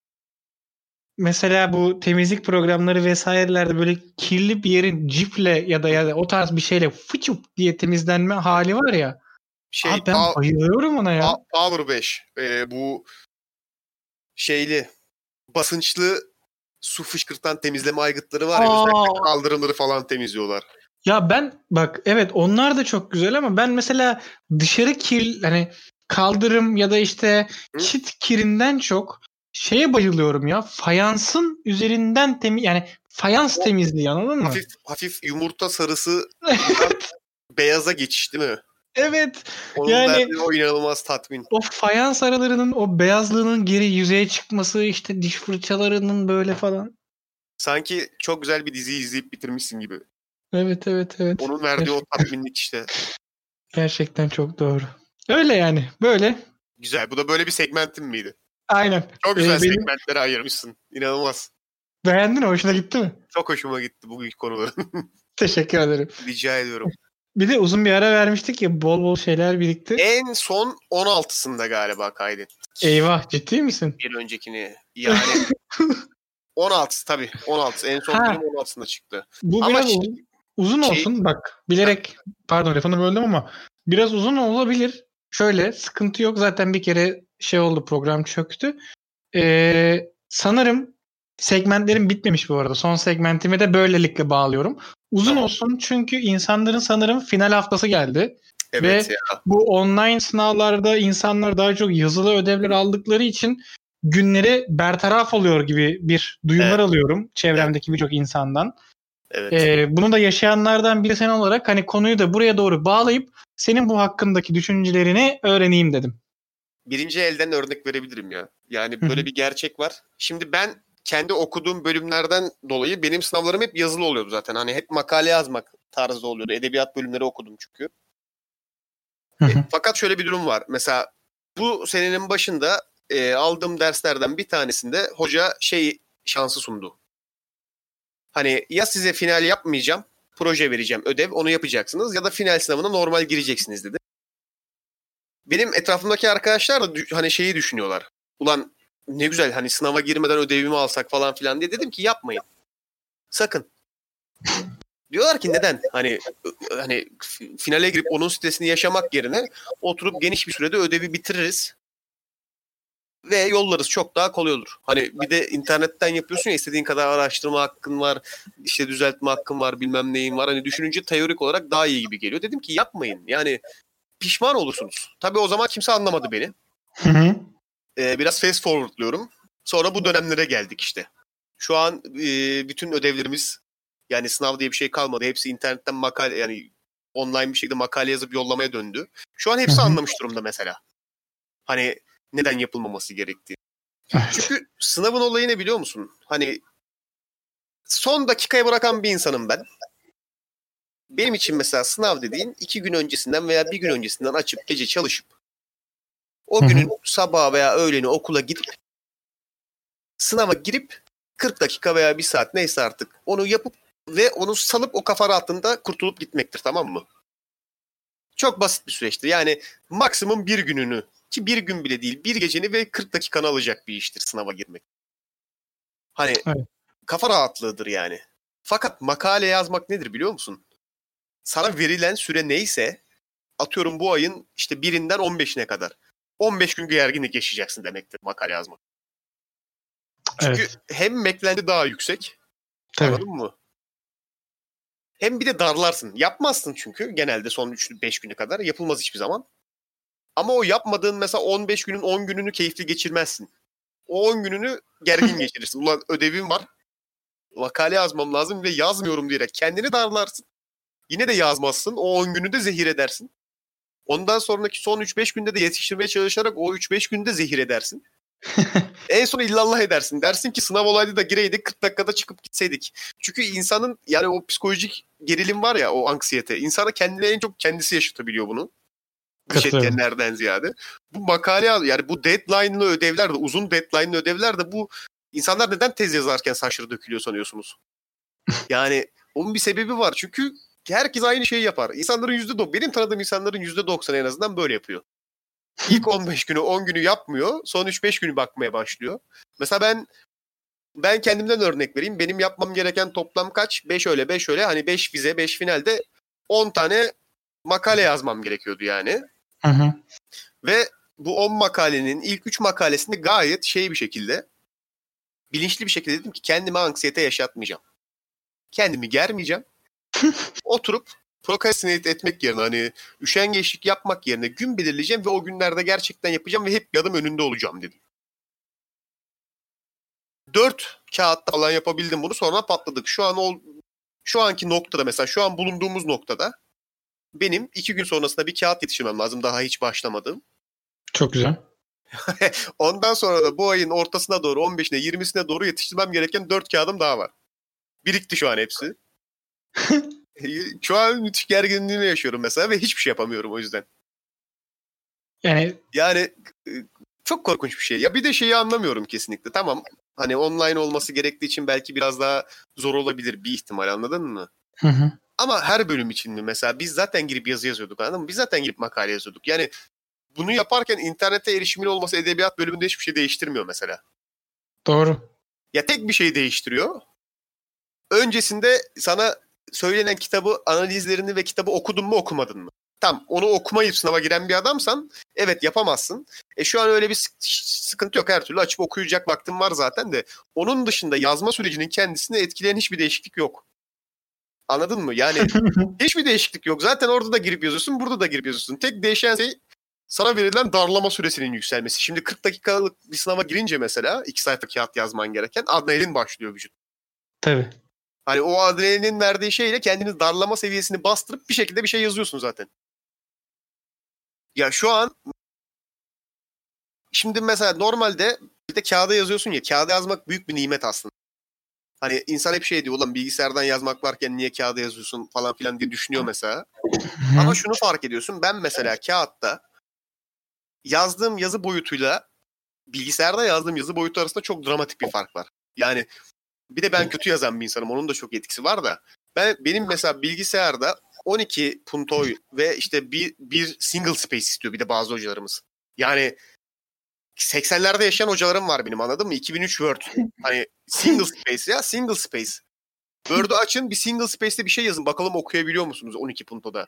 mesela bu temizlik programları vesairelerde böyle kirli bir yerin ciple ya da ya da o tarz bir şeyle fıçıp diye temizlenme hali var ya. Şey, abi ben pa- bayılıyorum ona ya. pa- Power beş. Ee, bu şeyli basınçlı su fışkırtan temizleme aygıtları var ya. Aa. Özellikle kaldırımları falan temizliyorlar. Ya ben bak evet onlar da çok güzel ama ben mesela dışarı kir hani kaldırım ya da işte çit kirinden çok şeye bayılıyorum ya. Fayansın üzerinden temiz yani fayans o, temizliği, anladın mı? Hafif hafif yumurta sarısı beyaza geçiş değil mi? Evet. Onun yani verdiği o inanılmaz tatmin. O fayans aralarının o beyazlığının geri yüzeye çıkması, işte diş fırçalarının böyle falan. Sanki çok güzel bir diziyi izleyip bitirmişsin gibi. Evet evet evet. Onun verdiği Gerçekten. O tatminlik işte. Gerçekten çok doğru. Öyle yani böyle. Güzel. Bu da böyle bir segmentin miydi? Aynen. Çok güzel ee, benim... segmentlere ayırmışsın. İnanılmaz. Beğendin mi? Hoşuna gitti mi? Çok hoşuma gitti bugünkü konuların. Teşekkür ederim. Rica ediyorum. Bir de uzun bir ara vermiştik ya, bol bol şeyler birikti. En son on altısında galiba kaydettik. Eyvah, ciddi misin? Bir öncekini. Yani on altısı tabii. on altısı. En son film on altısında çıktı. Bu ama biraz şey, uzun olsun. Şey... Bak bilerek pardon lafını böldüm ama biraz uzun olabilir. Şöyle sıkıntı yok. Zaten bir kere şey oldu, program çöktü. Ee, sanırım segmentlerim bitmemiş bu arada. Son segmentimi de böylelikle bağlıyorum. Uzun tamam. olsun çünkü insanların sanırım final haftası geldi. Evet Ve ya. bu online sınavlarda insanlar daha çok yazılı ödevler aldıkları için günleri bertaraf oluyor gibi bir duyumlar evet. alıyorum çevremdeki evet. birçok insandan. Evet. Ee, bunu da yaşayanlardan biri sen olarak hani konuyu da buraya doğru bağlayıp senin bu hakkındaki düşüncelerini öğreneyim dedim. Birinci elden örnek verebilirim ya. Yani Hı böyle hı. bir gerçek var. Şimdi ben kendi okuduğum bölümlerden dolayı benim sınavlarım hep yazılı oluyordu zaten. Hani hep makale yazmak tarzı oluyordu. Edebiyat bölümleri okudum çünkü. Hı E, hı. fakat şöyle bir durum var. Mesela bu senenin başında e, aldığım derslerden bir tanesinde hoca şey şansı sundu. Hani ya size final yapmayacağım, proje vereceğim, ödev, onu yapacaksınız ya da final sınavına normal gireceksiniz dedi. Benim etrafımdaki arkadaşlar da dü- hani şeyi düşünüyorlar. Ulan ne güzel hani sınava girmeden ödevimi alsak falan filan diye dedim ki yapmayın. Sakın. Diyorlar ki neden? Hani ö- hani f- finale girip onun stresini yaşamak yerine oturup geniş bir sürede ödevi bitiririz ve yollarız, çok daha kolay olur. Hani bir de internetten yapıyorsun ya, istediğin kadar araştırma hakkın var, işte düzeltme hakkın var, bilmem neyin var. Hani düşününce teorik olarak daha iyi gibi geliyor. Dedim ki yapmayın. Yani pişman olursunuz. Tabii o zaman kimse anlamadı beni. Hı hı. Ee, biraz fast forwardlıyorum. Sonra bu dönemlere geldik işte. Şu an e, bütün ödevlerimiz, yani sınav diye bir şey kalmadı. Hepsi internetten makale, yani online bir şekilde makale yazıp yollamaya döndü. Şu an Hı hepsi hı. anlamış durumda mesela. Hani neden yapılmaması gerektiği. Evet. Çünkü sınavın olayı ne biliyor musun? Hani son dakikaya bırakan bir insanım ben. Benim için mesela sınav dediğin iki gün öncesinden veya bir gün öncesinden açıp gece çalışıp Hı o hı. günün sabahı veya öğleni okula gidip sınava girip kırk dakika veya bir saat neyse artık onu yapıp ve onu salıp o kafa rahatında kurtulup gitmektir, tamam mı? Çok basit bir süreçtir. Yani maksimum bir gününü, ki bir gün bile değil, bir geceni ve kırk dakikanı alacak bir iştir sınava girmek. Hani Evet. kafa rahatlığıdır yani. Fakat makale yazmak nedir biliyor musun? Sana verilen süre neyse, atıyorum bu ayın işte birinden on beşine kadar. on beş gün gerginlik yaşayacaksın demektir makale yazmak. Çünkü Evet. hem beklendi daha yüksek. Tabii. Anladın mı? Hem bir de darlarsın. Yapmazsın çünkü genelde son üç beş güne kadar. Yapılmaz hiçbir zaman. Ama o yapmadığın mesela on beş günün on gününü keyifli geçirmezsin. O on gününü gergin geçirirsin. Ulan ödevim var. Makale yazmam lazım ve yazmıyorum diyerek kendini darlarsın. Yine de yazmazsın. O on günü de zehir edersin. Ondan sonraki son üç beş günde de yetiştirmeye çalışarak o üç beş günde zehir edersin. En son illallah edersin. Dersin ki sınav olaydı da gireydik kırk dakikada çıkıp gitseydik. Çünkü insanın yani o psikolojik gerilim var ya, o anksiyete. İnsana kendine en çok kendisi yaşatabiliyor bunu. Dış Katılıyorum. etkenlerden ziyade. Bu makale yani bu deadline'lı ödevler de, uzun deadline'lı ödevler de, bu insanlar neden tez yazarken saçları dökülüyor sanıyorsunuz? Yani onun bir sebebi var. Çünkü herkes aynı şeyi yapar. İnsanların yüzde doksan, benim tanıdığım insanların yüzde doksanı en azından böyle yapıyor. İlk on beş günü on günü yapmıyor. Son üç beş günü bakmaya başlıyor. Mesela ben ben kendimden örnek vereyim. Benim yapmam gereken toplam kaç? beş öyle beş öyle. Hani beş vize beş finalde on tane makale yazmam gerekiyordu yani. Hı hı. Ve bu on makalenin ilk üç makalesinde gayet şey bir şekilde, bilinçli bir şekilde dedim ki kendime anksiyete yaşatmayacağım. Kendimi germeyeceğim. Oturup procrastinate etmek yerine, hani üşengeçlik yapmak yerine gün belirleyeceğim ve o günlerde gerçekten yapacağım ve hep bir adım önünde olacağım dedim. Dört kağıtta falan yapabildim bunu, sonra patladık. Şu an o, şu anki noktada mesela, şu an bulunduğumuz noktada benim iki gün sonrasında bir kağıt yetiştirmem lazım, daha hiç başlamadım. Çok güzel. Ondan sonra da bu ayın ortasına doğru, on beşine yirmisine doğru yetiştirmem gereken dört kağıdım daha var. Birikti şu an hepsi. Şu an müthiş gerginliğini yaşıyorum mesela ve hiçbir şey yapamıyorum o yüzden. Yani Yani e, çok korkunç bir şey. Ya bir de şeyi anlamıyorum kesinlikle. Tamam, hani online olması gerektiği için belki biraz daha zor olabilir bir ihtimal, anladın mı? hı hı. Ama her bölüm için mi mesela? Biz zaten girip yazı yazıyorduk, anladın mı? Biz zaten girip makale yazıyorduk. Yani bunu yaparken internete erişimin olması edebiyat bölümünde hiçbir şey değiştirmiyor mesela. Doğru. Ya tek bir şey değiştiriyor. Öncesinde sana söylenen kitabı, analizlerini ve kitabı okudun mu okumadın mı? Tamam, onu okumayıp sınava giren bir adamsan evet yapamazsın. E şu an öyle bir sıkıntı yok, her türlü açıp okuyacak vaktin var zaten de. Onun dışında yazma sürecinin kendisini etkileyen hiçbir değişiklik yok. Anladın mı? Yani hiçbir değişiklik yok. Zaten orada da girip yazıyorsun, burada da girip yazıyorsun. Tek değişen şey sana verilen darlama süresinin yükselmesi. Şimdi kırk dakikalık bir sınava girince mesela iki sayfa kağıt yazman gereken adrenalin başlıyor vücut. Tabii. Hani o adrenalinin verdiği şeyle kendiniz darlama seviyesini bastırıp bir şekilde bir şey yazıyorsun zaten. Ya şu an şimdi mesela normalde bir de kağıda yazıyorsun ya, kağıda yazmak büyük bir nimet aslında. Hani insan hep şey diyor, ulan bilgisayardan yazmak varken niye kağıda yazıyorsun falan filan diye düşünüyor mesela. Ama şunu fark ediyorsun, ben mesela kağıtta yazdığım yazı boyutuyla bilgisayarda yazdığım yazı boyutu arasında çok dramatik bir fark var. Yani bir de ben kötü yazan bir insanım, onun da çok etkisi var da. Ben benim mesela bilgisayarda on iki punto ve işte bir, bir single space istiyor bir de bazı hocalarımız. Yani seksenlerde yaşayan hocalarım var benim, anladın mı? iki bin üç Word. Hani single space ya, single space. Word'u açın, bir single space'te bir şey yazın. Bakalım okuyabiliyor musunuz on iki puntoda?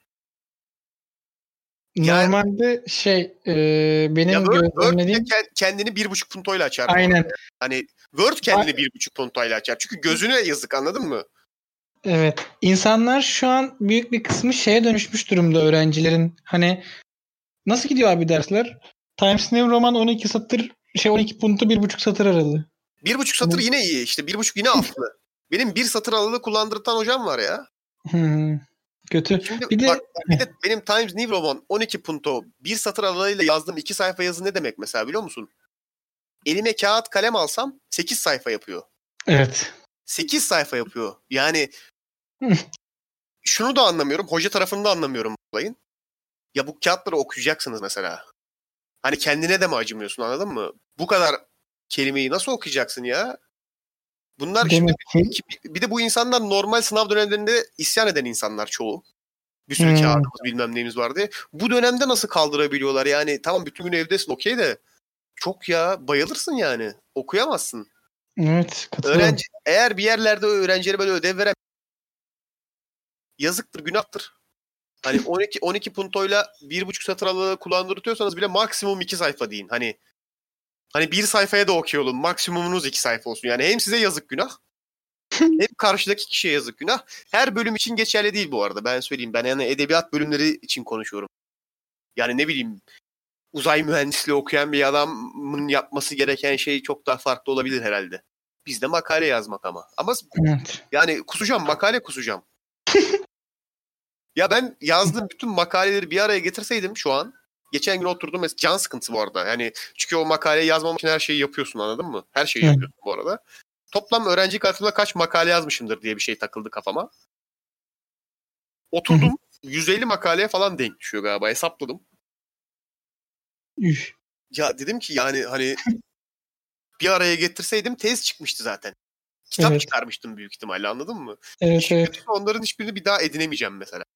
Yani, normalde şey e, benim ya Word, Word gözlemlediğim kendini bir buçuk puntoyla açar. aynen. Hani Word kendini bir buçuk puntoyla açar. Çünkü gözüne yazık, anladın mı? Evet. İnsanlar şu an büyük bir kısmı şeye dönüşmüş durumda, öğrencilerin. Hani nasıl gidiyor abi dersler? Times New Roman on iki satır, şey on iki puntu bir buçuk satır aralığı. Bir buçuk satır yine iyi. İşte bir buçuk yine afflı. Benim bir satır aralığı kullandırtan hocam var ya. Hmm, kötü. Şimdi Bir de bak, bir de benim Times New Roman on iki punto bir satır aralığıyla yazdığım iki sayfa yazı ne demek mesela biliyor musun? Elime kağıt kalem alsam sekiz sayfa yapıyor. evet. sekiz sayfa yapıyor. Yani şunu da anlamıyorum. Hoca tarafını da anlamıyorum olayın. Ya bu kağıtları okuyacaksınız mesela. Hani kendine de mi acımıyorsun, anladın mı? Bu kadar kelimeyi nasıl okuyacaksın ya? Bunlar şimdi Demek ki bir de bu insanlar normal sınav dönemlerinde isyan eden insanlar çoğu. Bir sürü hmm, kağıdımız bilmem neyimiz var diye. Bu dönemde nasıl kaldırabiliyorlar yani? Tamam bütün gün evdesin okey de. Çok ya, bayılırsın yani. Okuyamazsın. evet, katılıyorum. Öğrenci, eğer bir yerlerde öğrencilere böyle ödev veren, yazıktır, günahtır. Hani on iki on iki puntoyla bir buçuk satır aralığı kullandırtıyorsanız bile maksimum iki sayfa deyin. Hani hani bir sayfaya da okey olun. Maksimumunuz iki sayfa olsun. Yani hem size yazık günah, hem karşıdaki kişiye yazık günah. Her bölüm için geçerli değil bu arada. Ben söyleyeyim. Ben yani edebiyat bölümleri için konuşuyorum. Yani ne bileyim, uzay mühendisliği okuyan bir adamın yapması gereken şey çok daha farklı olabilir herhalde. Bizde makale yazmak ama. Ama Evet. yani kusacağım, makale kusacağım. Ya ben yazdığım bütün makaleleri bir araya getirseydim şu an, geçen gün oturdum mesela, can sıkıntısı bu arada. Yani çünkü o makaleyi yazmam için her şeyi yapıyorsun, anladın mı? Her şeyi Hı. yapıyorsun bu arada. Toplam öğrenci hayatımda kaç makale yazmışımdır diye bir şey takıldı kafama. Hı hı. Oturdum, yüz elli makaleye falan denk düşüyor galiba, hesapladım. Üf. Ya dedim ki yani hani bir araya getirseydim tez çıkmıştı zaten. Kitap Evet. çıkarmıştım büyük ihtimalle, anladın mı? Evet, İşin evet. kötüsü onların hiçbirini bir daha edinemeyeceğim mesela.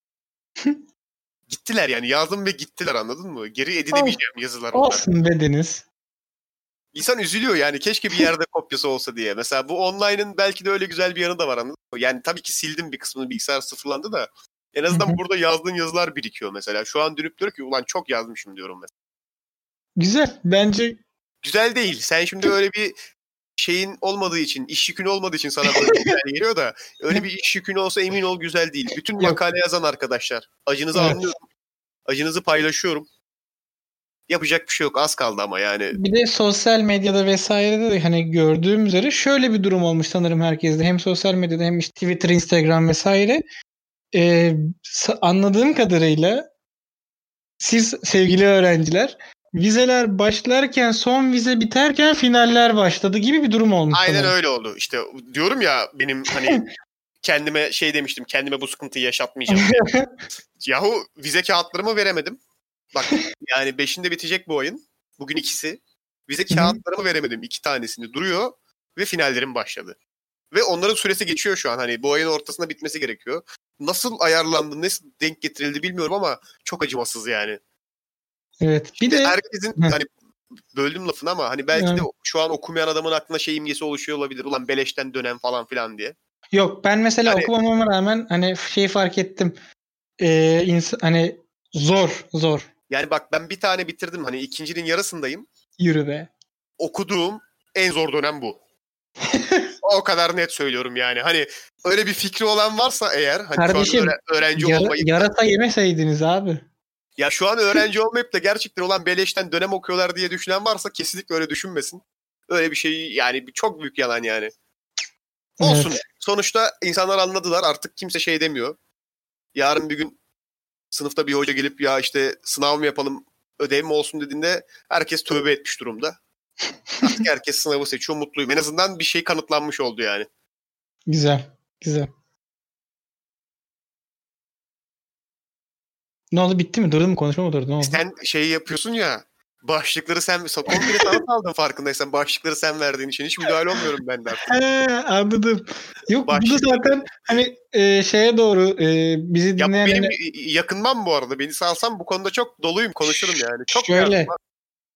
Gittiler yani, yazdım ve gittiler, anladın mı? Geri edinemeyeceğim yazılar onlar. Olsun be Deniz. İnsan üzülüyor yani, keşke bir yerde kopyası olsa diye. Mesela bu online'ın belki de öyle güzel bir yanı da var, anladın mı? Yani tabii ki sildim bir kısmını, bilgisayar sıfırlandı da en azından Hı hı. burada yazdığın yazılar birikiyor mesela. Şu an dönüp diyor ki ulan çok yazmışım diyorum mesela. Güzel. Bence Güzel değil. Sen şimdi öyle bir şeyin olmadığı için, iş yükün olmadığı için sana böyle güzel geliyor da öyle bir iş yükün olsa emin ol güzel değil. Bütün yok. makale yazan arkadaşlar, acınızı Evet. anlıyorum. Acınızı paylaşıyorum. Yapacak bir şey yok. Az kaldı ama yani. Bir de sosyal medyada vesairede de hani gördüğüm üzere şöyle bir durum olmuş sanırım herkeste. Hem sosyal medyada hem işte Twitter, Instagram vesaire. Ee, sa- anladığım kadarıyla siz sevgili öğrenciler, vizeler başlarken, son vize biterken finaller başladı gibi bir durum olmuş Aynen sanırım. öyle oldu. İşte diyorum ya, benim hani kendime şey demiştim. Kendime bu sıkıntıyı yaşatmayacağım diye. Yahu vize kağıtlarımı veremedim. Bak yani beşinde bitecek bu ayın. Bugün ikisi. Vize Hı hı. kağıtlarımı veremedim. İki tanesini duruyor ve finallerim başladı. Ve onların süresi geçiyor şu an. Hani bu ayın ortasında bitmesi gerekiyor. Nasıl ayarlandı, nasıl denk getirildi bilmiyorum ama çok acımasız yani. Evet. Bir Şimdi de herkesin hani, böldüm lafını ama hani belki de yani, şu an okumayan adamın aklına şey imgesi oluşuyor olabilir. Ulan beleşten dönem falan filan diye. yok, ben mesela Hani okumamama rağmen hani şeyi fark ettim. Ee, ins- hani zor zor. yani bak, ben bir tane bitirdim. Hani ikincinin yarısındayım. Yürü be. Okuduğum en zor dönem bu. O kadar net söylüyorum yani. Hani öyle bir fikri olan varsa eğer, hani şu an Kardeşim, öğre- öğrenci yara, olmayıp da, yarasa yemeseydiniz abi. ya şu an öğrenci olmayıp da gerçekten olan beleşten dönem okuyorlar diye düşünen varsa kesinlikle öyle düşünmesin. Öyle bir şey yani, çok büyük yalan yani. Olsun. Evet. Sonuçta insanlar anladılar. Artık kimse şey demiyor. Yarın bir gün sınıfta bir hoca gelip ya işte sınav mı yapalım, ödev mi olsun dediğinde herkes tövbe etmiş durumda. Artık herkes sınavı seçiyor, mutluyum. En azından bir şey kanıtlanmış oldu yani. Güzel. Güzel. Ne oldu, bitti mi? Durdu mu? Konuşma mı durdu? Ne oldu? Sen şeyi yapıyorsun ya, başlıkları sen, komple sana saldın farkındaysan. Başlıkları sen verdiğin için hiç müdahale olmuyorum ben de artık. He, anladım. Yok bu da Başlıkları... zaten hani e, şeye doğru e, bizi Ya bu dinleyen benim hani, yakınmam bu arada. Beni salsam bu konuda çok doluyum, konuşurum yani. Çok şöyle yardım var.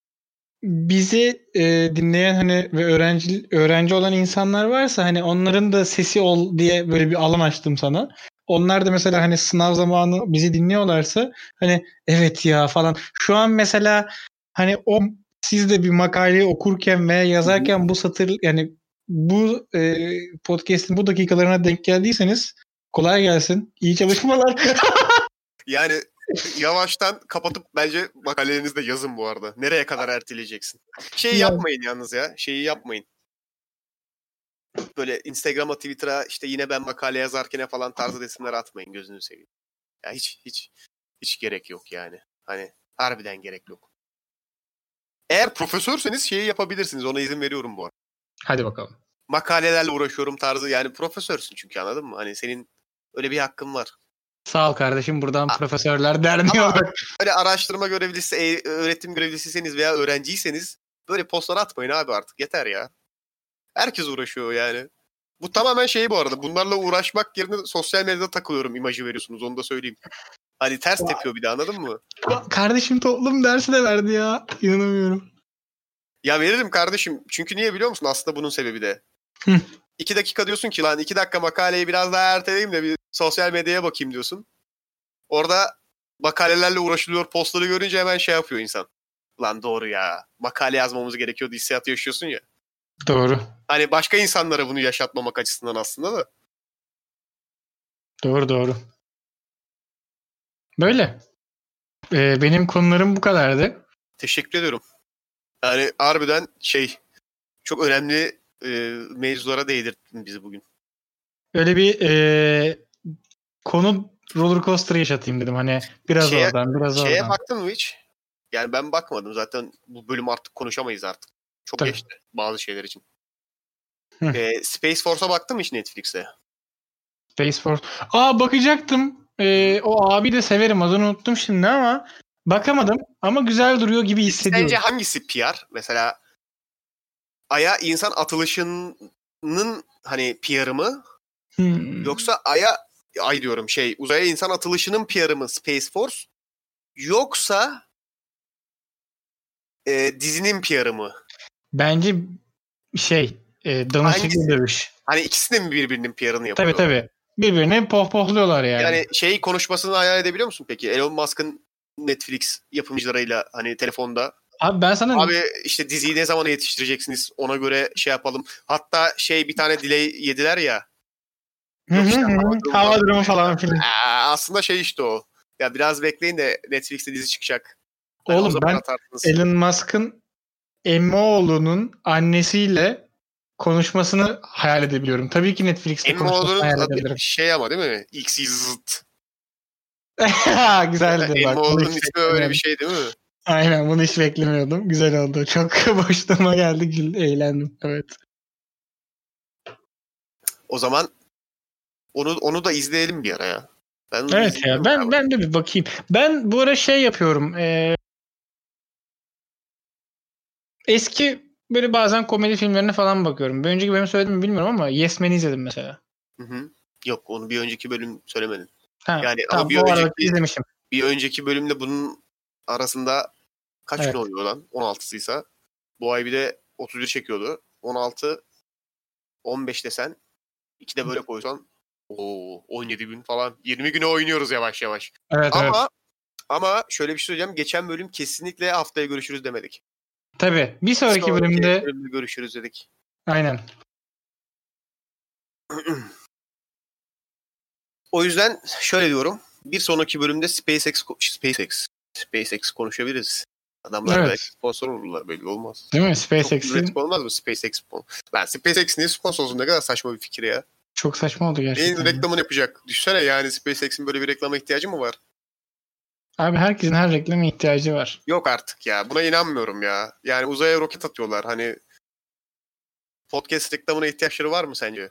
bizi e, dinleyen hani ve öğrenci öğrenci olan insanlar varsa hani onların da sesi ol diye böyle bir alan açtım sana. Onlar da mesela hani sınav zamanı bizi dinliyorlarsa hani evet ya falan. Şu an mesela hani o siz de bir makaleyi okurken veya yazarken bu satır yani bu e, podcast'in bu dakikalarına denk geldiyseniz kolay gelsin. İyi çalışmalar. Yani yavaştan kapatıp bence makalelerinizde yazın bu arada. Nereye kadar erteleyeceksin? Şeyi Ya, yapmayın yalnız ya. Şeyi yapmayın. Böyle Instagram'a, Twitter'a işte yine ben makale yazarken falan tarzı resimler atmayın, gözünü seveyim. Ya hiç hiç hiç gerek yok yani. Hani harbiden gerek yok. Eğer profesörseniz şeyi yapabilirsiniz. Ona izin veriyorum bu arada. hadi bakalım. Makalelerle uğraşıyorum tarzı, yani profesörsün çünkü, anladın mı? Hani senin öyle bir hakkın var. Sağ ol kardeşim, buradan A- Profesörler Derneği Ama olarak. böyle araştırma görevlisi, e- öğretim görevlisiyseniz veya öğrenciyseniz böyle postlar atmayın abi artık. Yeter ya. Herkes uğraşıyor yani. Bu tamamen şey bu arada. Bunlarla uğraşmak yerine sosyal medyada takılıyorum imajı veriyorsunuz. Onu da söyleyeyim. Hani ters tepiyor bir de, anladın mı? Kardeşim toplum dersi de verdi ya. İnanamıyorum. Ya veririm kardeşim. Çünkü niye biliyor musun? Aslında bunun sebebi de. Hı. İki dakika diyorsun ki lan iki dakika makaleyi biraz daha erteleyeyim de bir sosyal medyaya bakayım diyorsun. Orada makalelerle uğraşılıyor postları görünce hemen şey yapıyor insan. Lan doğru ya. Makale yazmamız gerekiyordu hissiyatı yaşıyorsun ya. Doğru. Hani başka insanlara bunu yaşatmamak açısından aslında da. Doğru doğru. Böyle. Ee, benim konularım bu kadardı. Teşekkür ediyorum. Yani harbiden şey, çok önemli e, mevzulara değdirdin bizi bugün. Öyle bir e, konu roller coaster yaşatayım dedim. Hani biraz Şeye, oradan biraz şeye oradan. baktın mı hiç? Yani ben bakmadım. Zaten bu bölüm artık konuşamayız artık. Çok Tabii. geçti bazı şeyler için. Hı. E, Space Force'a baktın mı hiç Netflix'te? Space Force. Aa, bakacaktım. Ee, o abi de severim. Adını unuttum şimdi ama bakamadım. Ama güzel duruyor gibi Peki sence hissediyorum. hangisi P R? Mesela Ay'a insan atılışının hani P R'ı mı? Hmm. Yoksa Ay'a, Ay diyorum şey, uzaya insan atılışının P R'ı mı Space Force? Yoksa e, dizinin P R'ı mı? Bence şey e, danışıklı Hangisi? dövüş. Hani ikisi de mi birbirinin P R'ını Tabii yapıyor? tabii. Birbirini pohpohluyorlar yani. Yani şey konuşmasını hayal edebiliyor musun peki? Elon Musk'ın Netflix yapımcılarıyla hani telefonda. Abi ben sana Abi işte diziyi ne zaman yetiştireceksiniz? Ona göre şey yapalım. Hatta şey bir tane delay yediler ya. hı Yok hı işte hava hı, durumu hava falan. durumu falan filan. Aa, aslında şey işte o. Ya biraz bekleyin de Netflix'te dizi çıkacak. Hani o Oğlum zaman ben atarsınız. Elon Musk'ın Emmoğlu'nun annesiyle konuşmasını hayal edebiliyorum. Tabii ki Netflix'te konuşmasını Emmoğlu'nun hayal adı edebilirim. şey ama değil mi? X Y Z. Güzeldi bak. Bunu Emmoğlu'nun hiç ismi öyle bir beklemiyordum. şey değil mi? Aynen, bunu hiç beklemiyordum. Güzel oldu. Çok boşluğuma geldi. Gül, eğlendim. Evet. O zaman onu onu da izleyelim bir ara ya. Ben onu Evet ya, izleyeceğim ben galiba. ben de bir bakayım. Ben bu ara şey yapıyorum. Ee, eski böyle bazen komedi filmlerine falan bakıyorum. Bir önceki bölüm söyledim mi bilmiyorum ama Yes Man'i izledim mesela. Hı hı. Yok, onu bir önceki bölüm söylemedin. Ha, Yani ama tamam, bir o arada önceki izlemişim. bir önceki bölümle bunun arasında kaç gün Evet. oluyor lan? on altısıysa. Bu ay bir de otuz bir çekiyordu. on altı on beş desen, iki de böyle koysan o on yedi gün falan. yirmi güne oynuyoruz yavaş yavaş. Evet evet. Ama ama şöyle bir şey söyleyeceğim. Geçen bölüm kesinlikle haftaya görüşürüz demedik. Tabii. Bir Bir sonraki sonraki bölümde bölümde görüşürüz dedik. aynen. O yüzden şöyle diyorum. Bir sonraki bölümde SpaceX SpaceX SpaceX konuşabiliriz. Adamlar Evet. belki sponsor olurlar, belli olmaz. Değil mi? Çok SpaceX'in üretim olmaz mı SpaceX sponsor? Ben SpaceX niye sponsor olsun, ne kadar saçma bir fikir ya. çok saçma oldu Neyin gerçekten. reklamını yapacak? Düşünsene yani SpaceX'in böyle bir reklama ihtiyacı mı var? Abi herkesin her reklama ihtiyacı var. Yok artık ya. Buna inanmıyorum ya. Yani uzaya roket atıyorlar. Hani podcast reklamına ihtiyaçları var mı sence?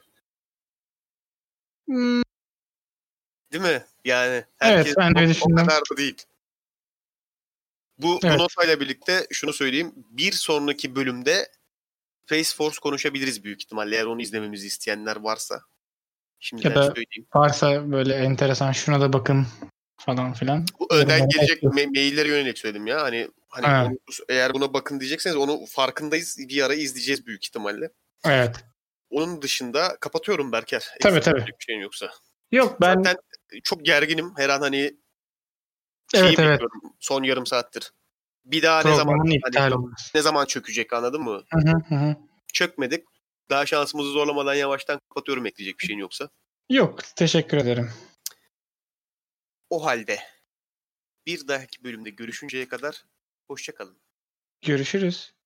Hmm, Değil mi? Yani evet herkes ben de o, öyle o düşündüm. kadar da değil. Bu, bu Evet. notayla birlikte şunu söyleyeyim. Bir sonraki bölümde Space Force konuşabiliriz büyük ihtimalle. Eğer onu izlememizi isteyenler varsa. Ya Şimdiden da söyleyeyim. varsa böyle enteresan şuna da bakın falan filan. Bu önden Yorumlara gelecek bekliyorum. ma- maillere yönelik söyledim ya. Hani hani Ha, onu, eğer buna bakın diyecekseniz onu farkındayız. Bir ara izleyeceğiz büyük ihtimalle. evet. Onun dışında kapatıyorum Berker. Tabii Eksik tabii. bir şeyin yoksa. Yok ben Zaten çok gerginim. Her an hani şeyi evet evet bekliyorum son yarım saattir. Bir daha ne zaman programın hani iptal olmaz. ne zaman çökecek, anladın mı? Hı hı hı. Hı. Çökmedik. Daha şansımızı zorlamadan yavaştan kapatıyorum, ekleyecek bir şeyin yoksa. Yok teşekkür ederim. O halde bir dahaki bölümde görüşünceye kadar hoşça kalın. Görüşürüz.